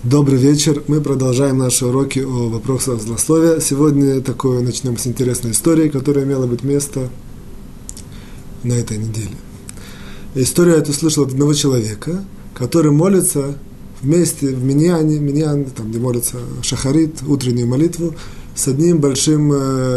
Добрый вечер. Мы продолжаем наши уроки о вопросах злословия. Сегодня начнем с интересной истории, которая имела быть место на этой неделе. Историю эту слышал от одного человека, который молится вместе в миньяне, там, где молится шахарит, утреннюю молитву, с одним большим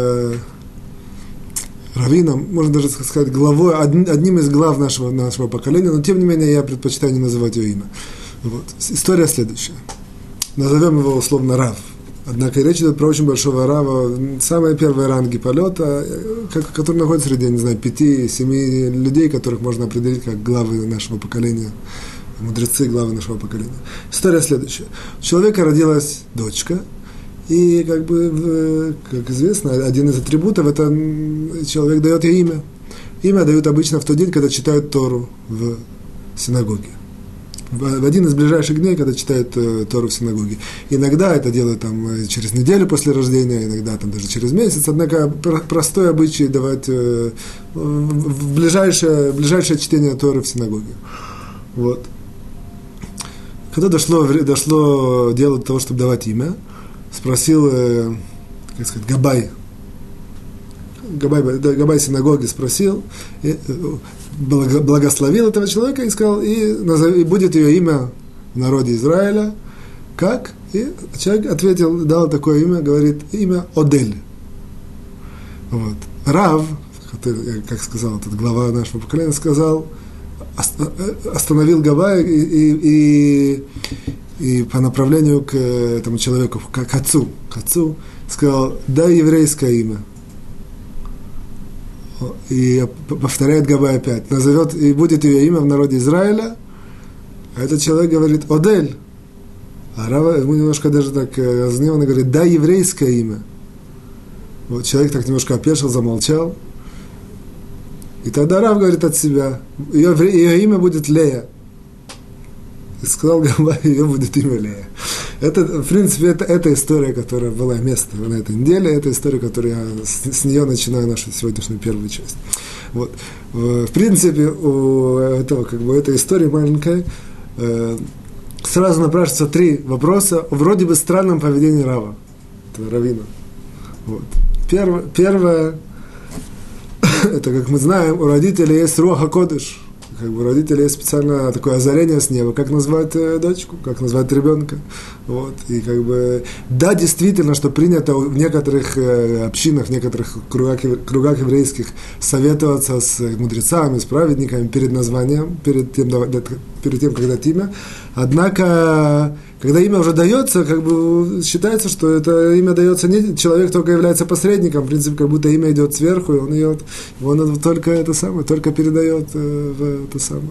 раввином, можно даже сказать, главой, одним из глав нашего поколения, но тем не менее я предпочитаю не называть его имя. Вот. История следующая. Назовем его условно Рав. Однако речь идет про очень большого Рава, самые первые ранги полета, который находится среди, не знаю, 5-7 людей, которых можно определить как главы нашего поколения, мудрецы главы нашего поколения. История следующая. У человека родилась дочка, и, как известно, один из атрибутов – это человек дает ей имя. Имя дают обычно в тот день, когда читают Тору в синагоге. В один из ближайших дней, когда читают Тору в синагоге. Иногда это делают там, через неделю после рождения, иногда там, даже через месяц. Однако простой обычай давать в ближайшее чтение Торы в синагоге. Вот. Когда дошло дело до того, чтобы давать имя, спросил, Габай синагоги спросил, благословил этого человека и сказал, и будет ее имя в народе Израиля, как? И человек ответил, дал такое имя, говорит, имя Одель. Вот. Рав, который, как сказал этот глава нашего поколения, сказал, остановил Габая и по направлению к этому человеку, к отцу, сказал, дай еврейское имя. И повторяет Габай опять, назовет, и будет ее имя в народе Израиля, а этот человек говорит Одель, а Рав ему немножко даже так разгневанно говорит, дай еврейское имя. Вот человек так немножко опешил, замолчал, и тогда Рав говорит от себя, ее имя будет Лея. И сказал Габай, ее будет имя Лея. Это, в принципе, это история, которая была место на этой неделе, это история, которую я с нее начинаю нашу сегодняшнюю первую часть. Вот. В принципе, у этой истории маленькой сразу напрашиваются 3 вопроса о вроде бы странном поведении Рава, этого раввина. Вот. Первое, это, как мы знаем, у родителей есть руах ха-кодеш. У родителей есть специально такое озарение с неба, как назвать дочку, как назвать ребенка. Вот. И да, действительно, что принято в некоторых общинах, в некоторых кругах еврейских советоваться с мудрецами, с праведниками перед названием, перед тем, как дать имя. Однако, когда имя уже дается, считается, что это имя дается не человек, только является посредником, в принципе, как будто имя идет сверху, и он только только передает это самое.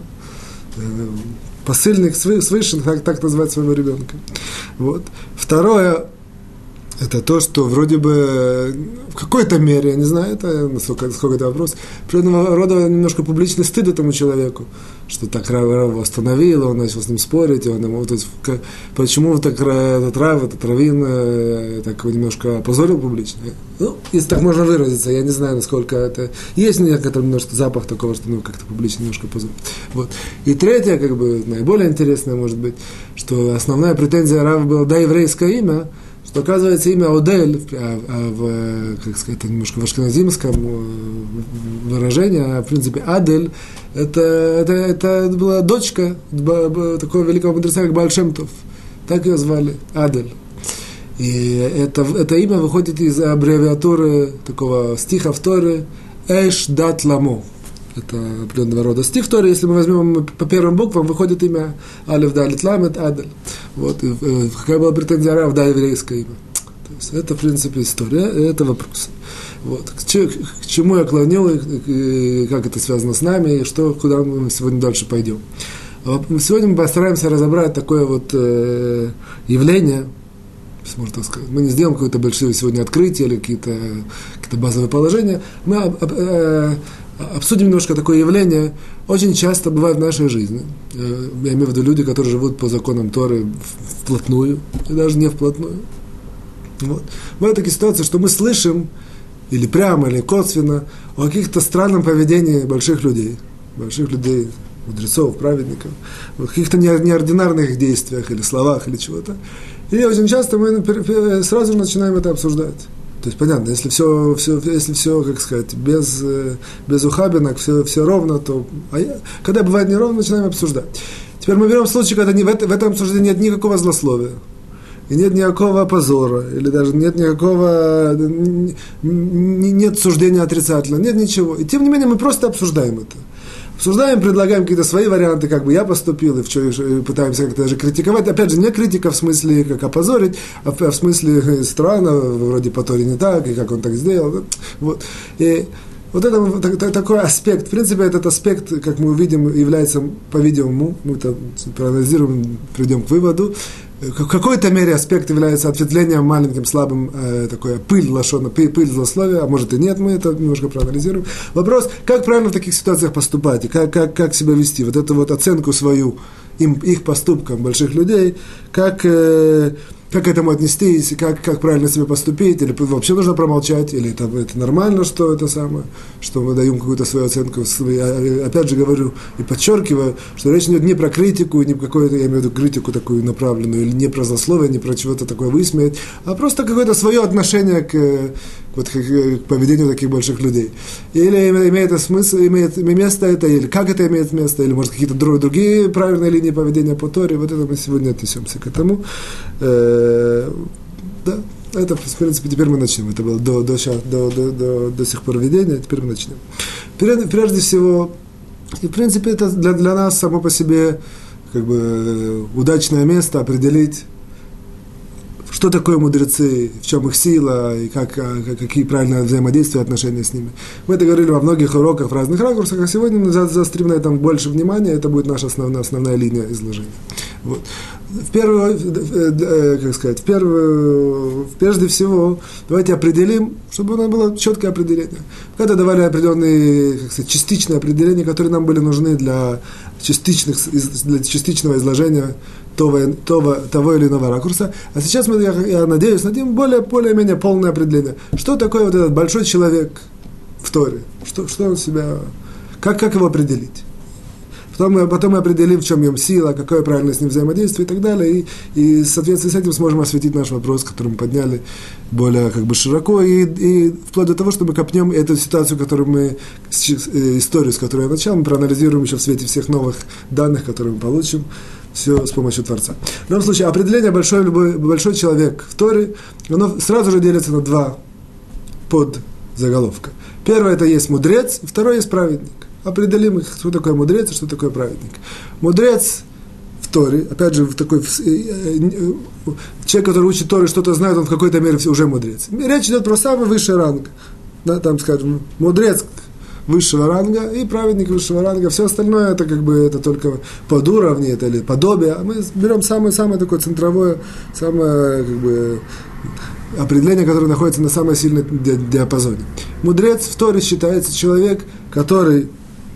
Посыльных свыше, так назвать своего ребенка. Вот. Второе, это то, что вроде бы в какой-то мере, я не знаю, насколько это вопрос, определенного рода немножко публичный стыд этому человеку, что так Рав его остановил, он начал с ним спорить, почему так этот Рав, этот раввин так его немножко опозорил публично. Ну, если так можно выразиться, я не знаю, насколько это... Есть некоторый немножко запах такого, что как-то публично немножко позорит. Вот. И третье, наиболее интересное, может быть, что основная претензия Рава была, да, еврейское имя, что, оказывается, имя Одель, это немножко в ашкеназимском выражении, в принципе, Адель, это была дочка такого великого мудреца, как Бааль Шем Тов. Так ее звали, Адель. И это имя выходит из аббревиатуры такого стиха в Торе «Эш дат ламо». Это определенного рода стих в Торе. Если мы возьмем по первым буквам, выходит имя Алеф Далит Ламет Адель. Вот. Какая была претензия Рава, да, еврейское имя. То есть это, в принципе, история, это вопрос. Вот. К чему я клонил, и как это связано с нами, и куда мы сегодня дальше пойдем. Сегодня мы постараемся разобрать такое явление, можно так сказать. Мы не сделаем какое-то большое сегодня открытие или какие-то базовые положения. Мы обсудим немножко такое явление, очень часто бывает в нашей жизни. Я имею в виду люди, которые живут по законам Торы вплотную, и даже не вплотную. Вот. Бывают такие ситуации, что мы слышим, или прямо, или косвенно, о каких-то странном поведении больших людей, мудрецов, праведников, в каких-то неординарных действиях или словах, или чего-то. И очень часто мы сразу же начинаем это обсуждать. То есть, понятно, если все, как сказать, без ухабинок, все ровно, то... когда бывает неровно, начинаем обсуждать. Теперь мы берем случай, когда в этом обсуждении нет никакого злословия, и нет никакого позора, или даже нет никакого... нет суждения отрицательного, нет ничего. И тем не менее мы просто обсуждаем это. Обсуждаем, предлагаем какие-то свои варианты, как бы я поступил, и пытаемся как-то даже критиковать. Опять же, не критика в смысле, как опозорить, а в смысле странно, вроде по Торе не так, и как он так сделал. Вот. И вот это такой аспект, в принципе, этот аспект, как мы увидим, является, по-видимому, мы это проанализируем, придем к выводу, в какой-то мере аспект является ответвлением маленьким, слабым, такое пыль лашона, пыль злословия, а может и нет, мы это немножко проанализируем. Вопрос, как правильно в таких ситуациях поступать, и как себя вести, вот эту вот оценку свою, их поступкам больших людей, как к этому отнестись, как правильно себе поступить, или вообще нужно промолчать, или это нормально, что это самое, что мы даем какую-то свою оценку. Я опять же говорю и подчеркиваю, что речь идет не про критику, не про какую-то, я имею в виду критику такую направленную, или не про злословие, не про чего-то такое высмеять, а просто какое-то свое отношение к поведению таких больших людей. Или имеет смысл, имеет место это, или как это имеет место, или может какие-то другие правильные линии поведения по Торе, вот это мы сегодня отнесемся к этому. Да, это, в принципе, теперь мы начнем. Это было до сих пор введение, теперь мы начнем. Прежде всего, и в принципе, это для нас само по себе как бы удачное место определить, что такое мудрецы, в чем их сила, и какие правильные взаимодействия, отношения с ними. Мы это говорили во многих уроках в разных ракурсах, а сегодня мы заострим на этом больше внимания, это будет наша основная линия изложения. Вот. Прежде всего, давайте определим, чтобы у нас было четкое определение. Когда давали определенные, частичные определения, которые нам были нужны для частичного изложения того или иного ракурса. А сейчас я надеюсь, найдем более-менее полное определение. Что такое вот этот большой человек в Торе? Что он себя... Как его определить? Потом мы определим, в чем его сила, какое правильное с ним взаимодействие и так далее. И в соответствии с этим сможем осветить наш вопрос, который мы подняли более как бы широко. И вплоть до того, что мы копнем эту ситуацию, историю, с которой я начал, мы проанализируем еще в свете всех новых данных, которые мы получим. Все с помощью Творца. В любом случае, определение большой человек в Торе, оно сразу же делится на два подзаголовка. Первое – это есть мудрец, и второе – есть праведник. Определим их, что такое мудрец и что такое праведник. Мудрец в Торе, опять же, человек, который учит Торы, что-то знает, он в какой-то мере уже мудрец. Речь идет про самый высший ранг. Да, там, скажем, мудрец высшего ранга и праведник высшего ранга. Все остальное это как бы это только подуровни, это или подобие. А мы берем самое такое центровое, самое как бы определение, которое находится на самой сильной диапазоне. Мудрец в Торе считается человек, который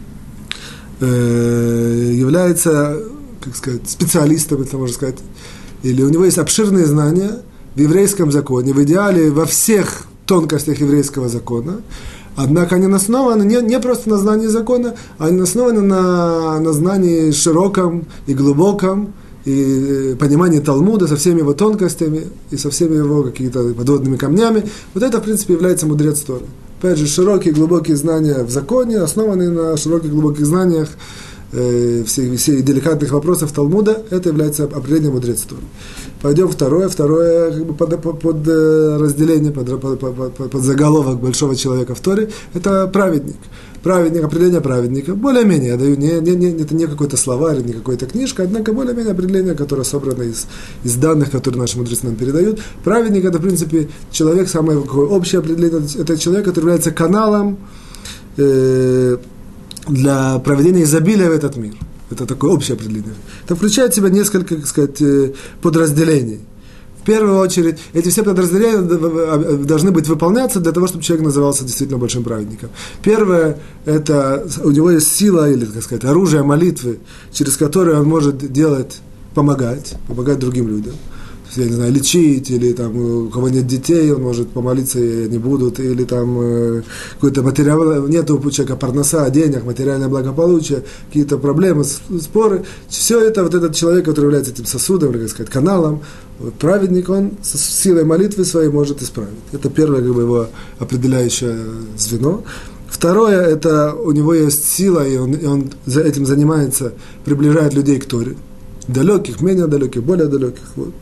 является, как сказать, специалистом, это можно сказать, или у него есть обширные знания в еврейском законе, в идеале во всех тонкостях еврейского закона. Однако они основаны не просто на знании закона, а они основаны на знании широком и глубоком, и понимании Талмуда со всеми его тонкостями и со всеми его какими-то подводными камнями. Вот это, в принципе, является мудрец Торы. Опять же, широкие глубокие знания в законе, основанные на широких глубоких знаниях всех деликатных вопросов Талмуда, это является определением мудрец Торы. Пойдем второе как бы под разделение, под заголовок большого человека в Торе, это праведник. Праведник, определение праведника, более-менее, я даю, это не какой-то словарь, не какая-то книжка, однако более-менее определение, которое собрано из данных, которые наши мудрецы нам передают. Праведник – это, в принципе, человек, самое общее определение, это человек, который является каналом для проведения изобилия в этот мир. Это такое общее определение. Это включает в себя несколько, так сказать, подразделений. В первую очередь, эти все подразделения должны быть выполняться для того, чтобы человек назывался действительно большим праведником. Первое, это у него есть сила, или, так сказать, оружие молитвы, через которое он может помогать другим людям. я не знаю, лечить, или там у кого нет детей, он может помолиться, и они будут, или там какой-то материал, нет у человека парноса, денег, материальное благополучие, какие-то проблемы, споры. Все это, вот этот человек, который является этим сосудом, или, как сказать, каналом, вот, праведник, он с силой молитвы своей может исправить. Это первое, как бы, его определяющее звено. Второе, это у него есть сила, и он за этим занимается, приближает людей к Торе. Далеких, менее далеких, более далеких. Вот.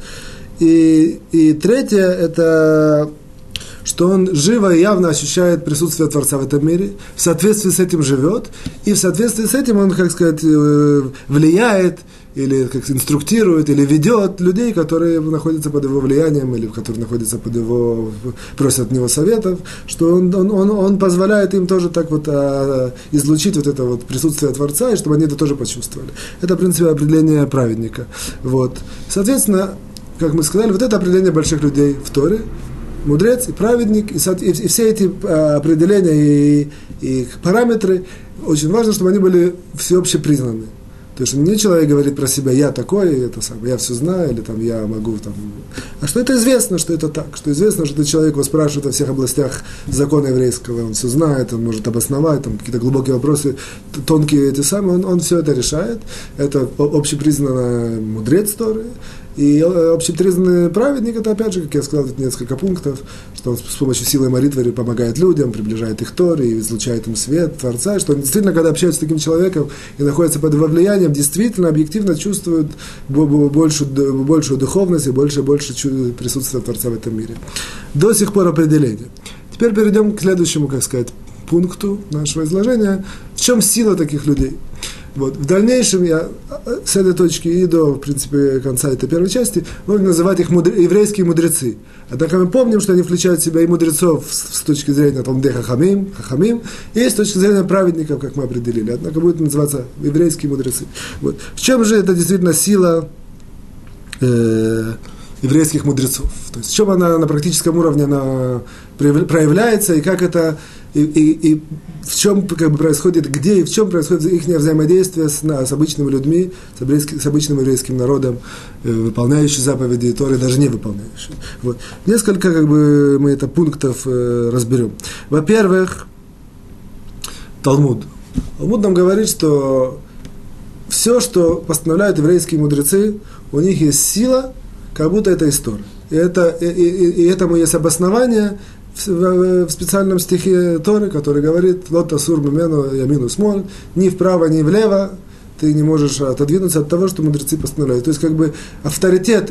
И третье, это что он живо и явно ощущает присутствие Творца в этом мире, в соответствии с этим живет, и в соответствии с этим он, как сказать, влияет, или как инструктирует, или ведет людей, которые находятся под его влиянием, или которые находятся под его, просят от него советов, что он позволяет им тоже так вот излучить вот это вот присутствие Творца, и чтобы они это тоже почувствовали. Это, в принципе, определение праведника. Вот. Соответственно, как мы сказали, вот это определение больших людей в Торе, мудрец и праведник, и все эти определения и параметры, очень важно, чтобы они были всеобще признаны. То есть не человек говорит про себя, я такой, это самое, я все знаю, или там я могу там. А что это известно, что это так, что известно, что этот человек его спрашивает во всех областях закона еврейского, он все знает, он может обосновать, там какие-то глубокие вопросы, тонкие эти самые, он все это решает. Это общепризнанный мудрец Торы. И общепризнанный праведник, это опять же, как я сказал, тут несколько пунктов, что он с помощью силы молитвы помогает людям, приближает их к Торе, и излучает им свет Творца, что он действительно, когда общается с таким человеком и находится под его влиянием, действительно, объективно чувствует большую духовность и больше присутствия Творца в этом мире. До сих пор определение. Теперь перейдем к следующему, как сказать, пункту нашего изложения. В чем сила таких людей? Вот. В дальнейшем я с этой точки и до, в принципе, конца этой первой части можно называть их еврейские мудрецы. Однако мы помним, что они включают в себя и мудрецов с точки зрения Талмидей хахамим, и с точки зрения праведников, как мы определили. Однако будут называться еврейские мудрецы. Вот. В чем же это действительно сила еврейских мудрецов? То есть в чем она на практическом уровне она проявляется, и как это... И в чем как бы происходит, где и в чем происходит их взаимодействие с обычными людьми, с обычным еврейским народом, выполняющим заповеди Торы, даже не выполняющим. Вот. Несколько как бы мы это пунктов разберем. Во-первых, Талмуд. Талмуд нам говорит, что все, что постановляют еврейские мудрецы, у них есть сила, как будто это из Торы. И этому есть обоснование в специальном стихе Торы, который говорит «Лот асур мимену ямину смоль», ни вправо, ни влево ты не можешь отодвинуться от того, что мудрецы постановляют. То есть, как бы, авторитет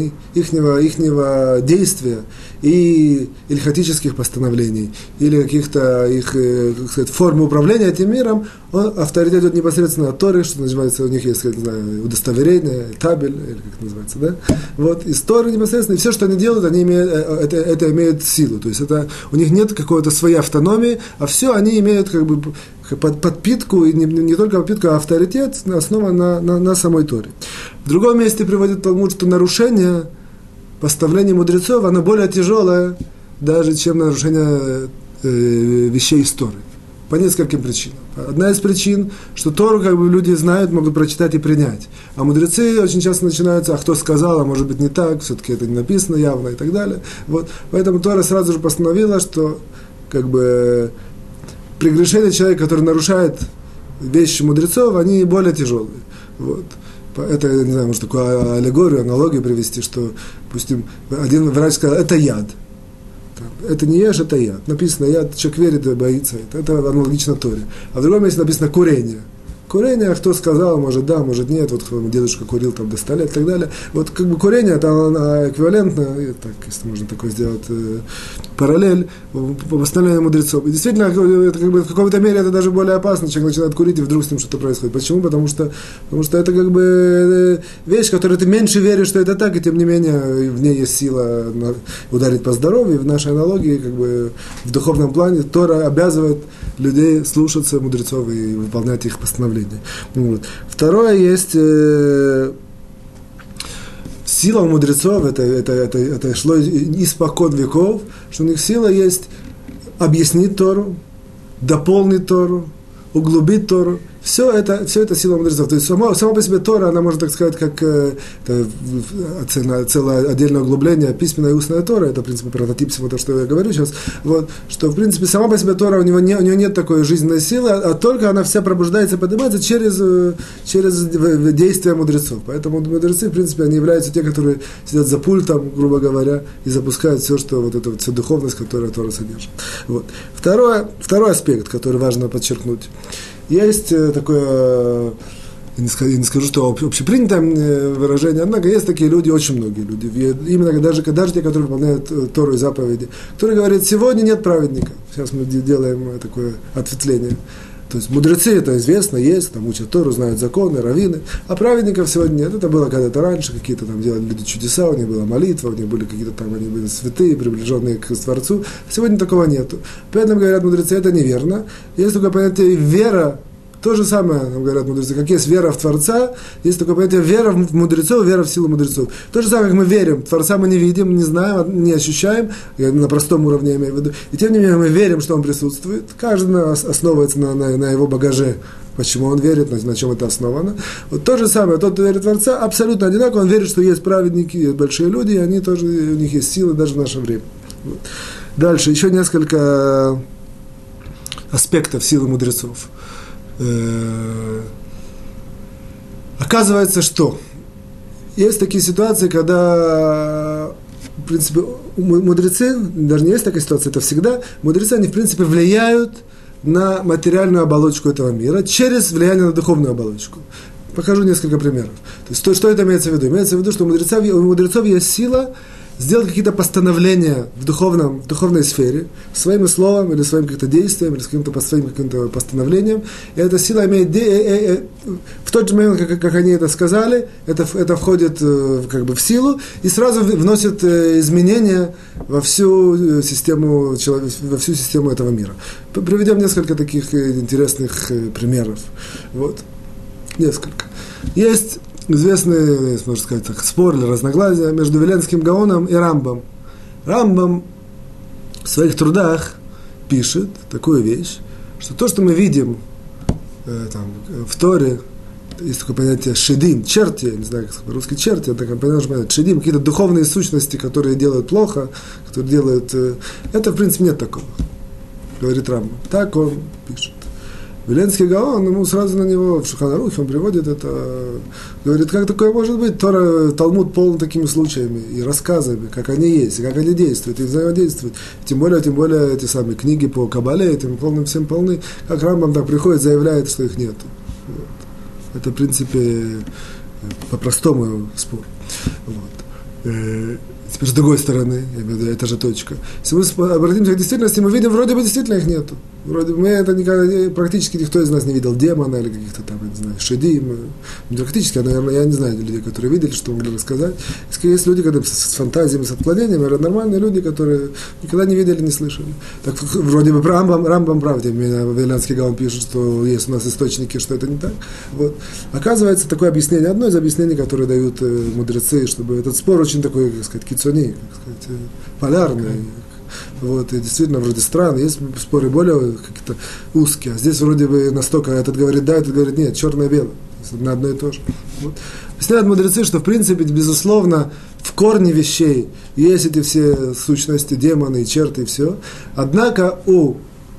ихнего действия и ильхатических постановлений, или каких-то их, как сказать, форм управления этим миром, авторитет идет непосредственно от Торы, что называется, у них есть, не знаю, удостоверение, табель, или как это называется, да? Вот, из Торы непосредственно, и все, что они делают, они это имеет силу. То есть, это, у них нет какой-то своей автономии, а все они имеют, как бы, подпитку, и не только подпитку, а авторитет, основан на самой Торе. В другом месте приводит Талмуд, что нарушение поставления мудрецов, оно более тяжелое, даже чем нарушение вещей из Торы. По нескольким причинам. Одна из причин, что Тору как бы люди знают, могут прочитать и принять. А мудрецы очень часто начинаются, а кто сказал, а может быть не так, все-таки это не написано явно и так далее. Вот. Поэтому Тора сразу же постановила, что как бы прегрешения человека, который нарушает вещи мудрецов, они более тяжелые. Вот. Это, я не знаю, может такую аллегорию, аналогию привести, что, допустим, один врач сказал, это яд. Это не ешь, это яд. Написано яд, человек верит и боится. Это аналогично Торе. А в другом месте написано курение. Курение, кто сказал, может да, может нет, вот дедушка курил там до 100 лет и так далее. Вот как бы курение, это эквивалентно, так, если можно такое сделать параллель, по постановлению мудрецов. И действительно, это как бы в какой-то мере это даже более опасно, человек начинает курить, и вдруг с ним что-то происходит. Почему? Потому что это как бы вещь, в которой ты меньше веришь, что это так, и тем не менее в ней есть сила ударить по здоровью. И в нашей аналогии, как бы в духовном плане, Тора обязывает людей слушаться мудрецов и выполнять их постановления. Вот. Второе есть сила у мудрецов, это шло испокон веков, что у них сила есть объяснить Тору, дополнить Тору, углубить Тору Все это сила мудрецов. То есть сама по себе Тора, она может, так сказать, как целое отдельное углубление, письменная и устная Тора, это, в принципе, прототип всего того, что я говорю сейчас, вот, что, в принципе, сама по себе Тора, у нее нет такой жизненной силы, а только она вся пробуждается, поднимается через действия мудрецов. Поэтому мудрецы, в принципе, они являются те, которые сидят за пультом, грубо говоря, и запускают все, что вот эту всю духовность, которую Тора содержит. Вот. Второй аспект, который важно подчеркнуть. Есть такое, я не скажу, что общепринятое выражение, однако есть такие люди, очень многие люди, именно даже те, которые выполняют Тору и заповеди, которые говорят, сегодня нет праведника. Сейчас мы делаем такое ответвление. То есть мудрецы, это известно, есть, там учат Тору, знают законы, раввины, а праведников сегодня нет. Это было когда-то раньше, какие-то там делали люди чудеса, у них была молитва, у них были какие-то там, они были святые, приближенные к Творцу. Сегодня такого нету. Поэтому, говорят мудрецы, это неверно. Есть такое понятие вера. То же самое, нам говорят мудрецы, как есть вера в Творца, есть такое понятие вера в мудрецов, вера в силу мудрецов. То же самое, как мы верим, Творца мы не видим, не знаем, не ощущаем, я на простом уровне имею в виду, и тем не менее мы верим, что Он присутствует, каждый основывается на его багаже, почему он верит, на чем это основано. Вот то же самое, тот, кто верит в Творца, абсолютно одинаково, он верит, что есть праведники, есть большие люди, и они тоже, у них есть силы даже в наше время. Вот. Дальше, еще несколько аспектов силы мудрецов. Оказывается, что есть такие ситуации, когда, в принципе, мудрецы, даже не есть такая ситуация, это всегда, мудрецы, они, в принципе, влияют на материальную оболочку этого мира через влияние на духовную оболочку. Покажу несколько примеров. То есть, что это имеется в виду? Имеется в виду, что у мудрецов есть сила сделать какие-то постановления в духовной сфере, своим словом или своим каким-то действием, или своим каким-то постановлением. И эта сила имеет в тот же момент, как они это сказали, это входит как бы в силу и сразу вносит изменения во всю систему этого мира. Приведем несколько таких интересных примеров. Вот. Несколько. Есть известный, можно сказать так, спор или разногласие между Виленским Гаоном и Рамбом. Рамбом в своих трудах пишет такую вещь, что то, что мы видим в Торе, есть такое понятие шедим, черти, я не знаю, как по-русски черти, это понятие шедим, какие-то духовные сущности, которые делают плохо, которые делают... Это, в принципе, нет такого, говорит Рамбом. Так он пишет. Виленский Гаон, ему сразу на него, в Шулхан Арухе, он приводит это, говорит, как такое может быть? Талмуд полон такими случаями и рассказами, как они есть, и как они действуют, и взаимодействуют. Тем более эти самые книги по Кабале, этим всем полны, как Рамбам так приходит, заявляет, что их нету. Вот. Это, в принципе, по-простому спор. Вот. Теперь с другой стороны, я имею в виду, это же точка. Если мы обратимся к действительности, мы видим, вроде бы действительно их нету. Вроде мы это никогда, практически никто из нас не видел демона или каких-то там, я не знаю, шедим. Практически, наверное, я не знаю людей, которые видели, что могли рассказать. Есть люди, которые с фантазиями, с отклонениями, нормальные люди, которые никогда не видели, не слышали. Так вроде бы Рамбам прав, Виленский Гаон пишет, что есть у нас источники, что это не так. Вот. Оказывается, такое объяснение, одно из объяснений, которые дают мудрецы, чтобы этот спор очень такой, как сказать, кицуни, как сказать, полярный. Вот, и действительно, вроде странно, есть споры более какие-то узкие, а здесь вроде бы настолько, этот говорит да, этот говорит нет, черное-белое, на одно и то же. Вот. Объясняют мудрецы, что в принципе, безусловно, в корне вещей есть эти все сущности, демоны, черты и все, однако у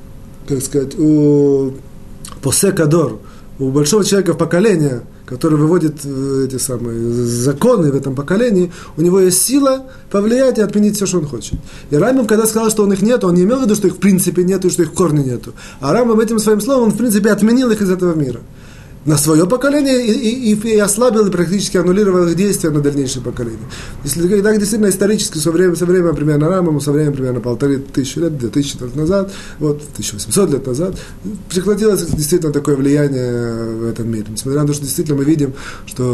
посекадор, у большого человека в поколении, который выводит эти самые законы в этом поколении, у него есть сила повлиять и отменить все, что он хочет. И Рамбам, когда сказал, что он их нет, он не имел в виду, что их в принципе нету, и что их в корне нету. А Рамбам этим своим словом, он в принципе отменил их из этого мира на свое поколение и ослабил, и практически аннулировал их действия на дальнейшее поколение. Если так действительно исторически, со временем примерно Рамбаму, со временем примерно 1500 лет, 2000 лет назад, вот, 1800 лет назад, прекратилось действительно такое влияние в этом мире. Несмотря на то, что действительно мы видим, что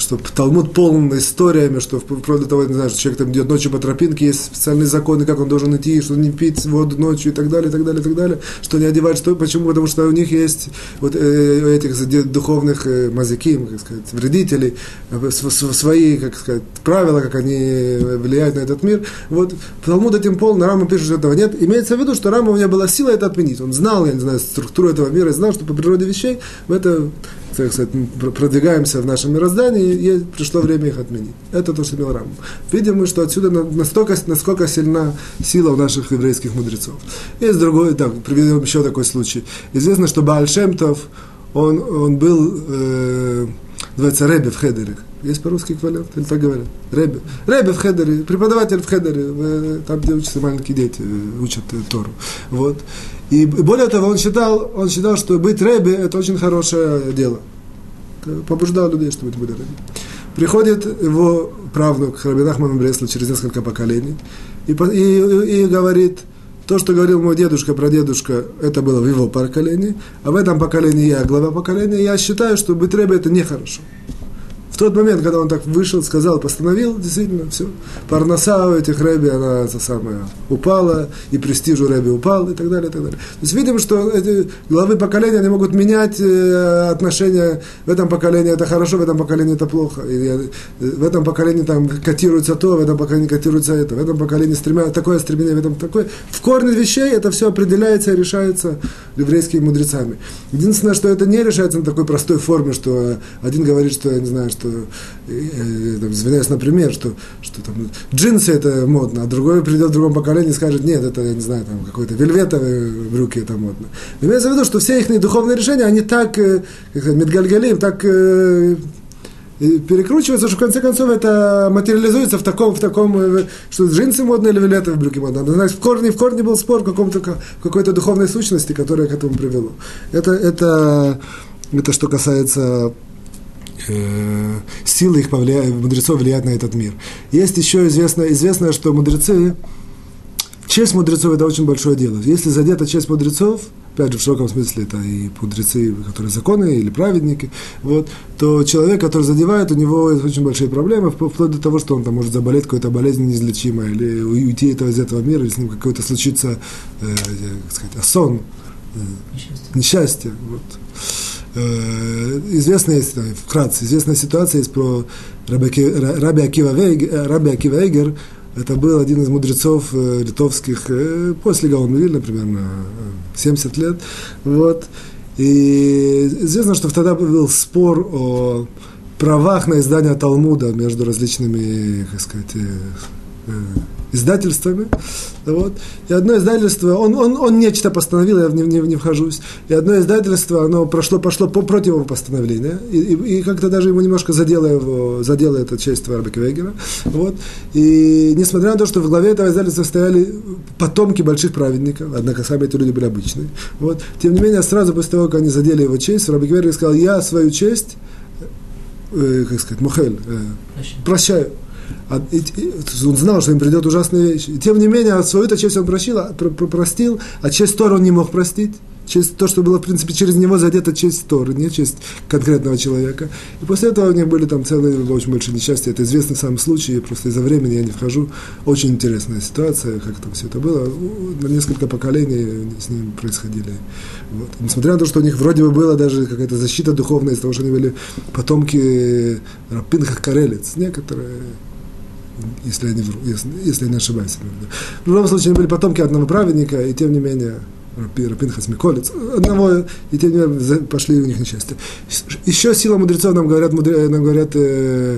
что Талмуд полон историями, что вплоть до того, не знаю, что человек там идет ночью по тропинке, есть специальные законы, как он должен идти, что не пить воду ночью и так далее, и так далее, и так далее, что не одевать, что, почему? Потому что у них есть вот этих духовных мазиким, как сказать, вредителей, свои, как сказать, правила, как они влияют на этот мир. Вот Талмуд этим полон, Рамбам пишет, что этого нет. Имеется в виду, что Рамбам у него была сила это отменить. Он знал, я не знаю, структуру этого мира, и знал, что по природе вещей в это, так сказать, продвигаемся в нашем мироздании, и пришло время их отменить. Это то, что имел Рамбам. Видим мы, что отсюда насколько сильна сила у наших еврейских мудрецов. Есть другой, так, приведем еще такой случай. Известно, что Бааль Шем Тов, он был, называется, Ребе в Хедере. Есть по-русски эквивалент? Или так говорят? Ребе. Ребе в Хедере, преподаватель в Хедере, там, где учатся маленькие дети, учат Тору. Вот. И более того, он считал, что быть Ребе – это очень хорошее дело. Побуждал людей, чтобы это были Ребе. Приходит его правнук Раби Нахман Бреслов через несколько поколений и говорит: то, что говорил мой дедушка, прадедушка, это было в его поколении, а в этом поколении я глава поколения, я считаю, что быть Ребе – это нехорошо. В тот момент, когда он так вышел, сказал, постановил, действительно, все. Парноса у этих Ребе, она упала, и престиж у Ребе упал, и так далее, и так далее. То есть видим, что эти главы поколения, они могут менять отношения. В этом поколении это хорошо, в этом поколении это плохо. В этом поколении там котируется то, в этом поколении котируется это, в этом поколении такое стремление, в этом такое. В корне вещей это все определяется и решается еврейскими мудрецами. Единственное, что это не решается на такой простой форме, что один говорит, что, я не знаю, что извиняюсь, например, что там джинсы это модно, а другой придет в другом поколении и скажет: нет, это, я не знаю, там какой-то вельветовые брюки это модно. Имеется в виду, что все их духовные решения, они так, как медгальгалим, так перекручиваются, что в конце концов это материализуется в таком, что джинсы модные или вельветовые брюки модные. Значит, в корне был спор какой-то духовной сущности, которая к этому привело. Это что касается силы их мудрецов влияет на этот мир. Есть еще известно, что честь мудрецов – это очень большое дело. Если задета честь мудрецов, опять же, в широком смысле, это и мудрецы, которые законы, или праведники, вот, то человек, который задевает, у него есть очень большие проблемы, вплоть до того, что он там может заболеть какой-то болезнью неизлечимой, или уйти из этого мира, или с ним какой-то случится, как сказать, асон, несчастье. Вот. Известная ситуация есть про Раби Акива Эйгер. Это был один из мудрецов литовских после Гаона Вильна, примерно 70 лет. Вот. И известно, что тогда был спор о правах на издание Талмуда между различными, как сказать, издательствами. Вот. И одно издательство, он нечто постановил, я не вхожусь, и одно издательство, оно пошло против его постановления, и как-то даже ему немножко задело эта честь Раби Акива Эйгера. Вот. И несмотря на то, что в главе этого издательства стояли потомки больших праведников, однако сами эти люди были обычные, вот. Тем не менее, сразу после того, как они задели его честь, Раби Акива Эйгер сказал: я свою честь, как сказать, мухель, прощаю. Он знал, что им придет ужасная вещь. И тем не менее, свою-то честь он простил, а честь Торы он не мог простить. То, что было, в принципе, через него задета честь Торы, не честь конкретного человека. И после этого у них были там целые, очень большие несчастья. Это известный сам случай, просто из-за времени я не вхожу. Очень интересная ситуация, как там все это было. На несколько поколений с ним происходили. Вот. Несмотря на то, что у них вроде бы была даже какая-то защита духовная, из-за того, что они были потомки Пинхах Карелец, некоторые, если я не ошибаюсь. В любом случае, они были потомки одного праведника, и тем не менее, Пинхас Миколец, одного, и тем не менее, пошли у них несчастья. Еще сила мудрецов нам говорят в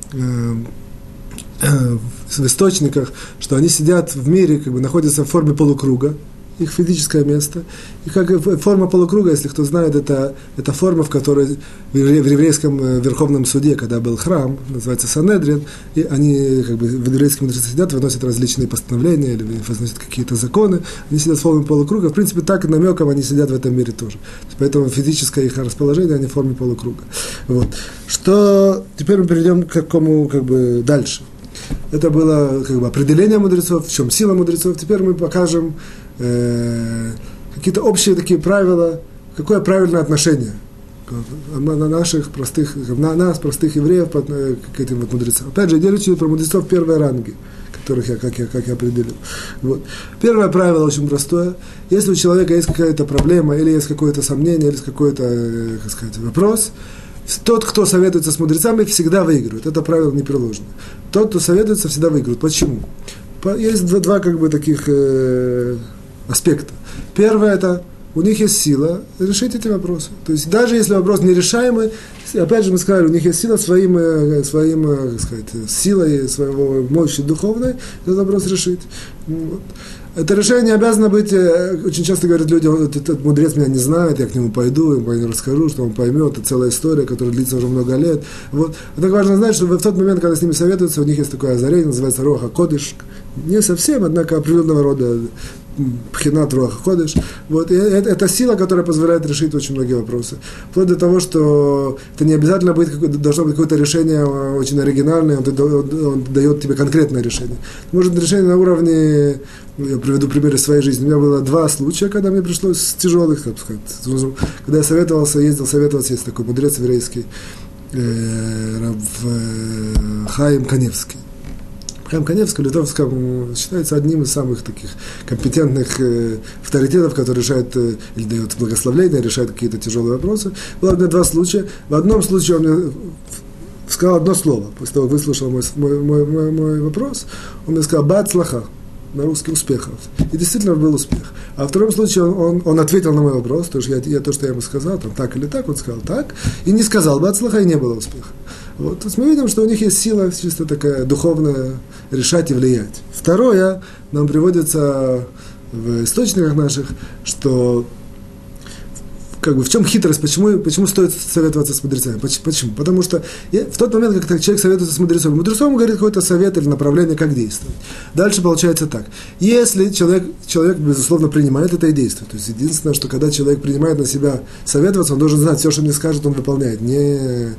источниках, что они сидят в мире, как бы находятся в форме полукруга, их физическое место. И как форма полукруга, если кто знает, это форма, в которой в еврейском верховном суде, когда был храм, называется Санедрин, и они как бы в еврейском мудрецы сидят, выносят различные постановления или выносят какие-то законы, они сидят в форме полукруга. В принципе, так намеком они сидят в этом мире тоже. Поэтому физическое их расположение, они в форме полукруга. Вот. Что теперь мы перейдем к какому как бы дальше. Это было как бы определение мудрецов, в чем сила мудрецов. Теперь мы покажем какие-то общие такие правила, какое правильное отношение к на наших простых, на нас, простых евреев, к этим вот мудрецам. Опять же, я речь идет про мудрецов первой ранги, которых как я определил. Вот. Первое правило очень простое. Если у человека есть какая-то проблема, или есть какое-то сомнение, или есть какой-то, как сказать, вопрос, тот, кто советуется с мудрецами, всегда выигрывает. Это правило непреложное. Тот, кто советуется, всегда выигрывает. Почему? Есть два как бы таких аспекта. Первое – это у них есть сила решить эти вопросы. То есть даже если вопрос нерешаемый, опять же мы сказали, у них есть сила своим как сказать, силой своего мощи духовной этот вопрос решить. Вот. Это решение обязано быть, очень часто говорят люди, этот мудрец меня не знает, я к нему пойду, ему расскажу, что он поймет, это целая история, которая длится уже много лет. Вот. А так важно знать, что в тот момент, когда с ними советуются, у них есть такое озарение, называется Руах ха-Кодеш. Не совсем, однако определенного рода пхинат Руах ха-Кодеш. Вот. И это сила, которая позволяет решить очень многие вопросы. Вплоть до того, что это не обязательно должно быть какое-то решение очень оригинальное, он дает тебе конкретное решение. Может решение на уровне, я приведу пример из своей жизни. У меня было 2 случая, когда мне пришлось тяжелых, так сказать. Когда я ездил советоваться, есть такой мудрец еврейский, Хаим Каневский. Хаим Каневский в Литовском считается одним из самых таких компетентных авторитетов, который решает или дает благословление, решает какие-то тяжелые вопросы. Было у меня 2 случая. В одном случае он мне сказал одно слово. После того, как выслушал мой вопрос, он мне сказал «Бацлаха». На русский успехов. И действительно был успех. А в втором случае он ответил на мой вопрос, то, что я ему сказал, там, так или так, он сказал так, и не сказал бацлаха, и не было успеха. Вот. То есть мы видим, что у них есть сила чисто такая духовная решать и влиять. Второе, нам приводится в источниках наших, что как бы в чем хитрость, почему стоит советоваться с мудрецами? Почему? Потому что в тот момент, когда человек советуется с мудрецом говорит какой-то совет или направление, как действовать. Дальше получается так. Если человек, безусловно, принимает это и действует. То есть единственное, что когда человек принимает на себя советоваться, он должен знать, все, что мне скажет, он выполняет. Не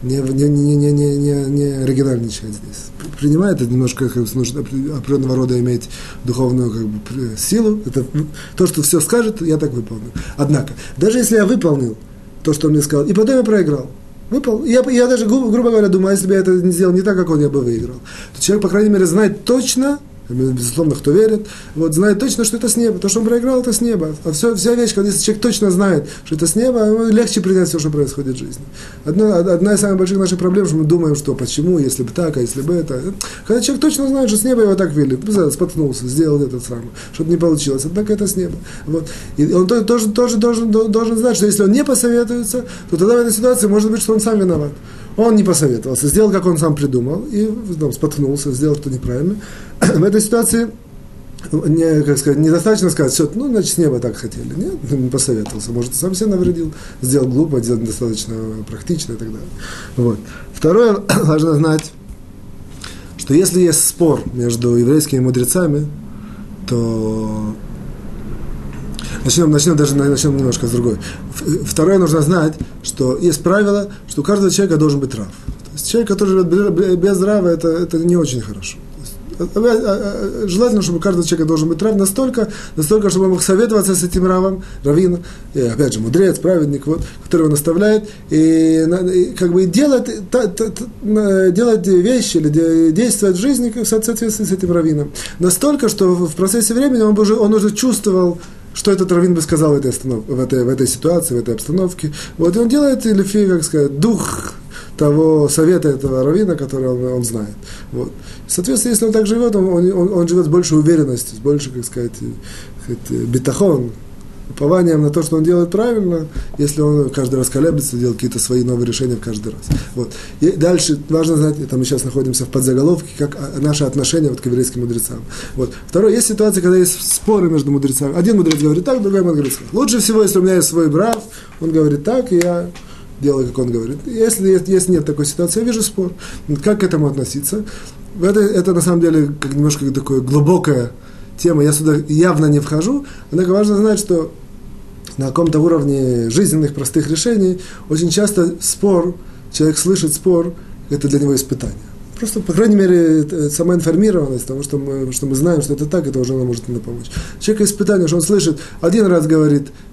оригинальничает здесь. Принимает, это немножко нужно определенного рода иметь духовную как бы, силу. Это то, что все скажет, я так выполню. Однако, даже если я выполнил то, что он мне сказал, и потом я проиграл, я даже, грубо говоря, думаю, если бы я это не сделал не так, как он, я бы выиграл, то человек, по крайней мере, знает точно, безусловно, кто верит, вот, знает точно, что это с неба. То, что он проиграл, это с неба. А вся вещь, когда если человек точно знает, что это с неба, ему легче принять все, что происходит в жизни. Одна из самых больших наших проблем, что мы думаем, что почему, если бы так, а если бы это. Когда человек точно знает, что с неба его так вели, споткнулся, сделал это самое, что-то не получилось, однако это с неба. Вот. И он тоже должен знать, что если он не посоветуется, то тогда в этой ситуации может быть, что он сам виноват. Он не посоветовался, сделал, как он сам придумал, и споткнулся, сделал что-то неправильно. В этой ситуации недостаточно сказать, все, значит, с неба так хотели. Нет, не посоветовался, может, сам себе навредил, сделал глупо, сделал недостаточно практично и так далее. Вот. Второе, важно знать, что если есть спор между еврейскими мудрецами, то Начнем немножко с другой. Второе, нужно знать, что есть правило, что у каждого человека должен быть рав. То есть человек, который живет без рава, это не очень хорошо. Желательно, чтобы у каждого человека должен быть рав настолько, чтобы он мог советоваться с этим равом, раввином, и, опять же, мудрец, праведник, вот, который его наставляет, и как бы делать вещи или действовать в жизни в соответствии с этим раввином. Настолько, что в процессе времени он уже чувствовал, что этот раввин бы сказал в этой ситуации, в этой обстановке. Вот, и он делает, как сказать, дух того совета этого раввина, который он знает. Вот. Соответственно, если он так живет, он живет с большей уверенностью, с большей, как сказать, битахон, упованием на то, что он делает правильно, если он каждый раз колеблется, делает какие-то свои новые решения каждый раз. Вот. И дальше важно знать, это мы сейчас находимся в подзаголовке, как наши отношения к еврейским мудрецам. Вот. Второе, есть ситуация, когда есть споры между мудрецами. Один мудрец говорит так, другой мудрец говорит так. Лучше всего, если у меня есть свой брат, он говорит так, и я делаю, как он говорит. Если нет такой ситуации, я вижу спор. Как к этому относиться? Это на самом деле как немножко такая глубокая тема, я сюда явно не вхожу, однако важно знать, что на каком-то уровне жизненных простых решений очень часто спор, человек слышит спор, это для него испытание. Просто, по крайней мере, сама информированность того, что мы знаем, что это так, это уже нам может помочь. Человек испытание, что он слышит, один раз говорит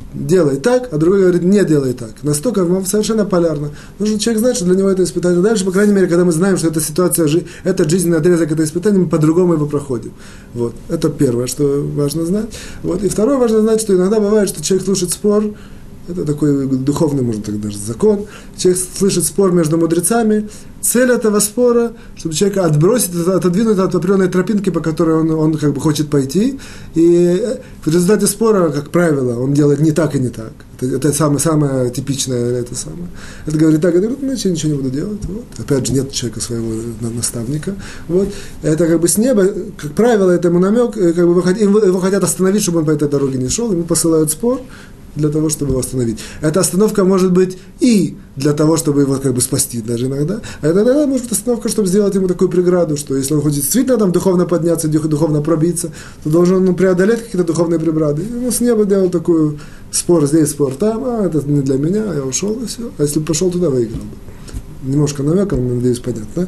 делай так, а другой говорит, не делай так. Настолько совершенно полярно. Нужно человек знать, что для него это испытание. Дальше, по крайней мере, когда мы знаем, что эта ситуация, этот жизненный отрезок, это испытание, мы по-другому его проходим. Вот. Это первое, что важно знать. Вот. И второе, важно знать, что иногда бывает, что человек слушает спор. Это такой духовный, можно так даже, закон. Человек слышит спор между мудрецами. Цель этого спора, чтобы человека отбросить, отодвинуть от определенной тропинки, по которой он как бы хочет пойти. И в результате спора, как правило, он делает не так и не так. Это самое типичное. Это говорит так, говорит, ну, я ничего не буду делать. Вот. Опять же, нет человека своего наставника. Вот. Это как бы с неба, как правило, это ему намек, как бы его хотят остановить, чтобы он по этой дороге не шел. Ему посылают спор для того, чтобы его остановить. Эта остановка может быть и для того, чтобы его как бы спасти даже иногда, а иногда может быть остановка, чтобы сделать ему такую преграду, что если он хочет действительно там духовно подняться, духовно пробиться, то должен он преодолеть какие-то духовные преграды. И он с неба делал такой спор здесь, спор там, это не для меня, я ушел и все. А если бы пошел туда, выиграл бы. Немножко намеком, надеюсь, понятно.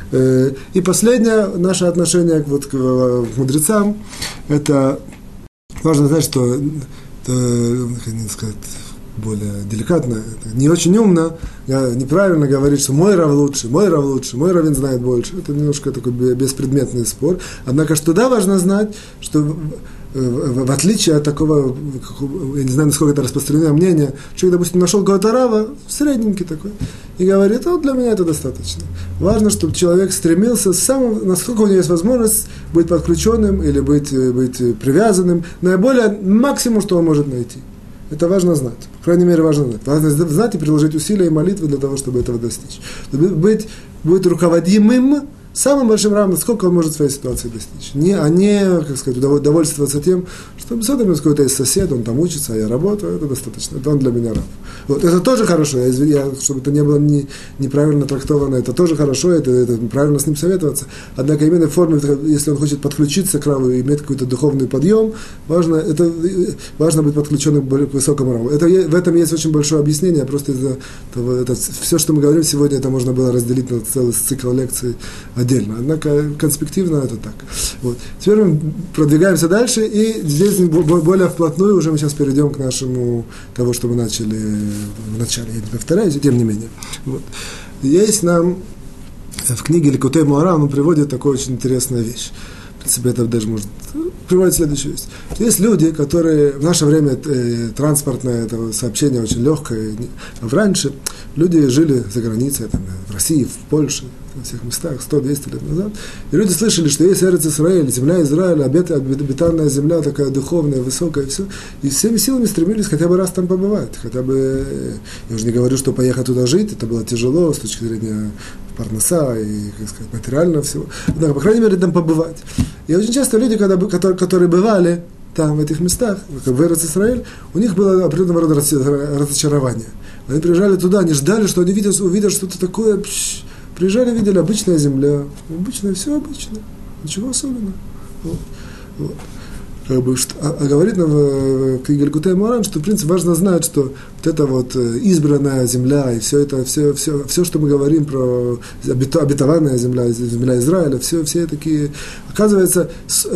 И последнее, наше отношение к мудрецам, это важно знать, что как сказать, более деликатно, не очень умно, неправильно говорить, что мой рав лучше, мой раввин знает больше. Это немножко такой беспредметный спор. Однако, что да, важно знать, что в отличие от такого, я не знаю, насколько это распространенное мнение, человек, допустим, нашел какого-то рава, средненький такой, и говорит, вот для меня это достаточно. Важно, чтобы человек стремился, насколько у него есть возможность быть подключенным или быть привязанным, наиболее максимум, что он может найти. Это важно знать. По крайней мере, важно знать. Важно знать и приложить усилия и молитвы для того, чтобы этого достичь. Быть руководимым самым большим равным, сколько он может в своей ситуации достичь. Не как сказать, удовольствоваться тем, что у какой-то есть сосед, он там учится, а я работаю, это достаточно, это он для меня рав. Вот, это тоже хорошо, чтобы это не было неправильно трактовано, это тоже хорошо, это правильно с ним советоваться. Однако именно в форме, если он хочет подключиться к раву и иметь какой-то духовный подъем, важно быть подключенным к высокому раву. В этом есть очень большое объяснение, просто это все, что мы говорим сегодня, это можно было разделить на целый цикл лекций отдельно. Однако конспективно это так. Вот. Теперь мы продвигаемся дальше, и здесь более вплотную уже мы сейчас перейдем к нашему, того, что мы начали в начале. Я не повторяюсь, тем не менее. Вот. Есть нам в книге Ликутей Моаран, он приводит такую очень интересную вещь. В принципе, это даже может приводить следующую вещь. Есть люди, которые в наше время транспортное это сообщение очень легкое. Раньше люди жили за границей, там, в России, в Польше, во всех местах, 100-200 лет назад. И люди слышали, что есть Эрец Исраэль, земля Израиля, обетованная земля, такая духовная, высокая, и все. И всеми силами стремились хотя бы раз там побывать. Хотя бы, я уже не говорю, что поехать туда жить, это было тяжело с точки зрения парноса и, как сказать, материального всего. Но, по крайней мере, там побывать. И очень часто люди, которые бывали там, в этих местах, как в Эрец Исраэль, у них было определенного рода разочарование. Они приезжали туда, они ждали, что они увидят что-то такое. Приезжали, видели обычная земля, обычное, все обычно, ничего особенного. Вот. Как бы, говорит нам в книге Ликутей Моаран, что, в принципе, важно знать, что вот эта вот избранная земля и все это, все, что мы говорим про обетованная земля, земля Израиля, все такие, оказывается,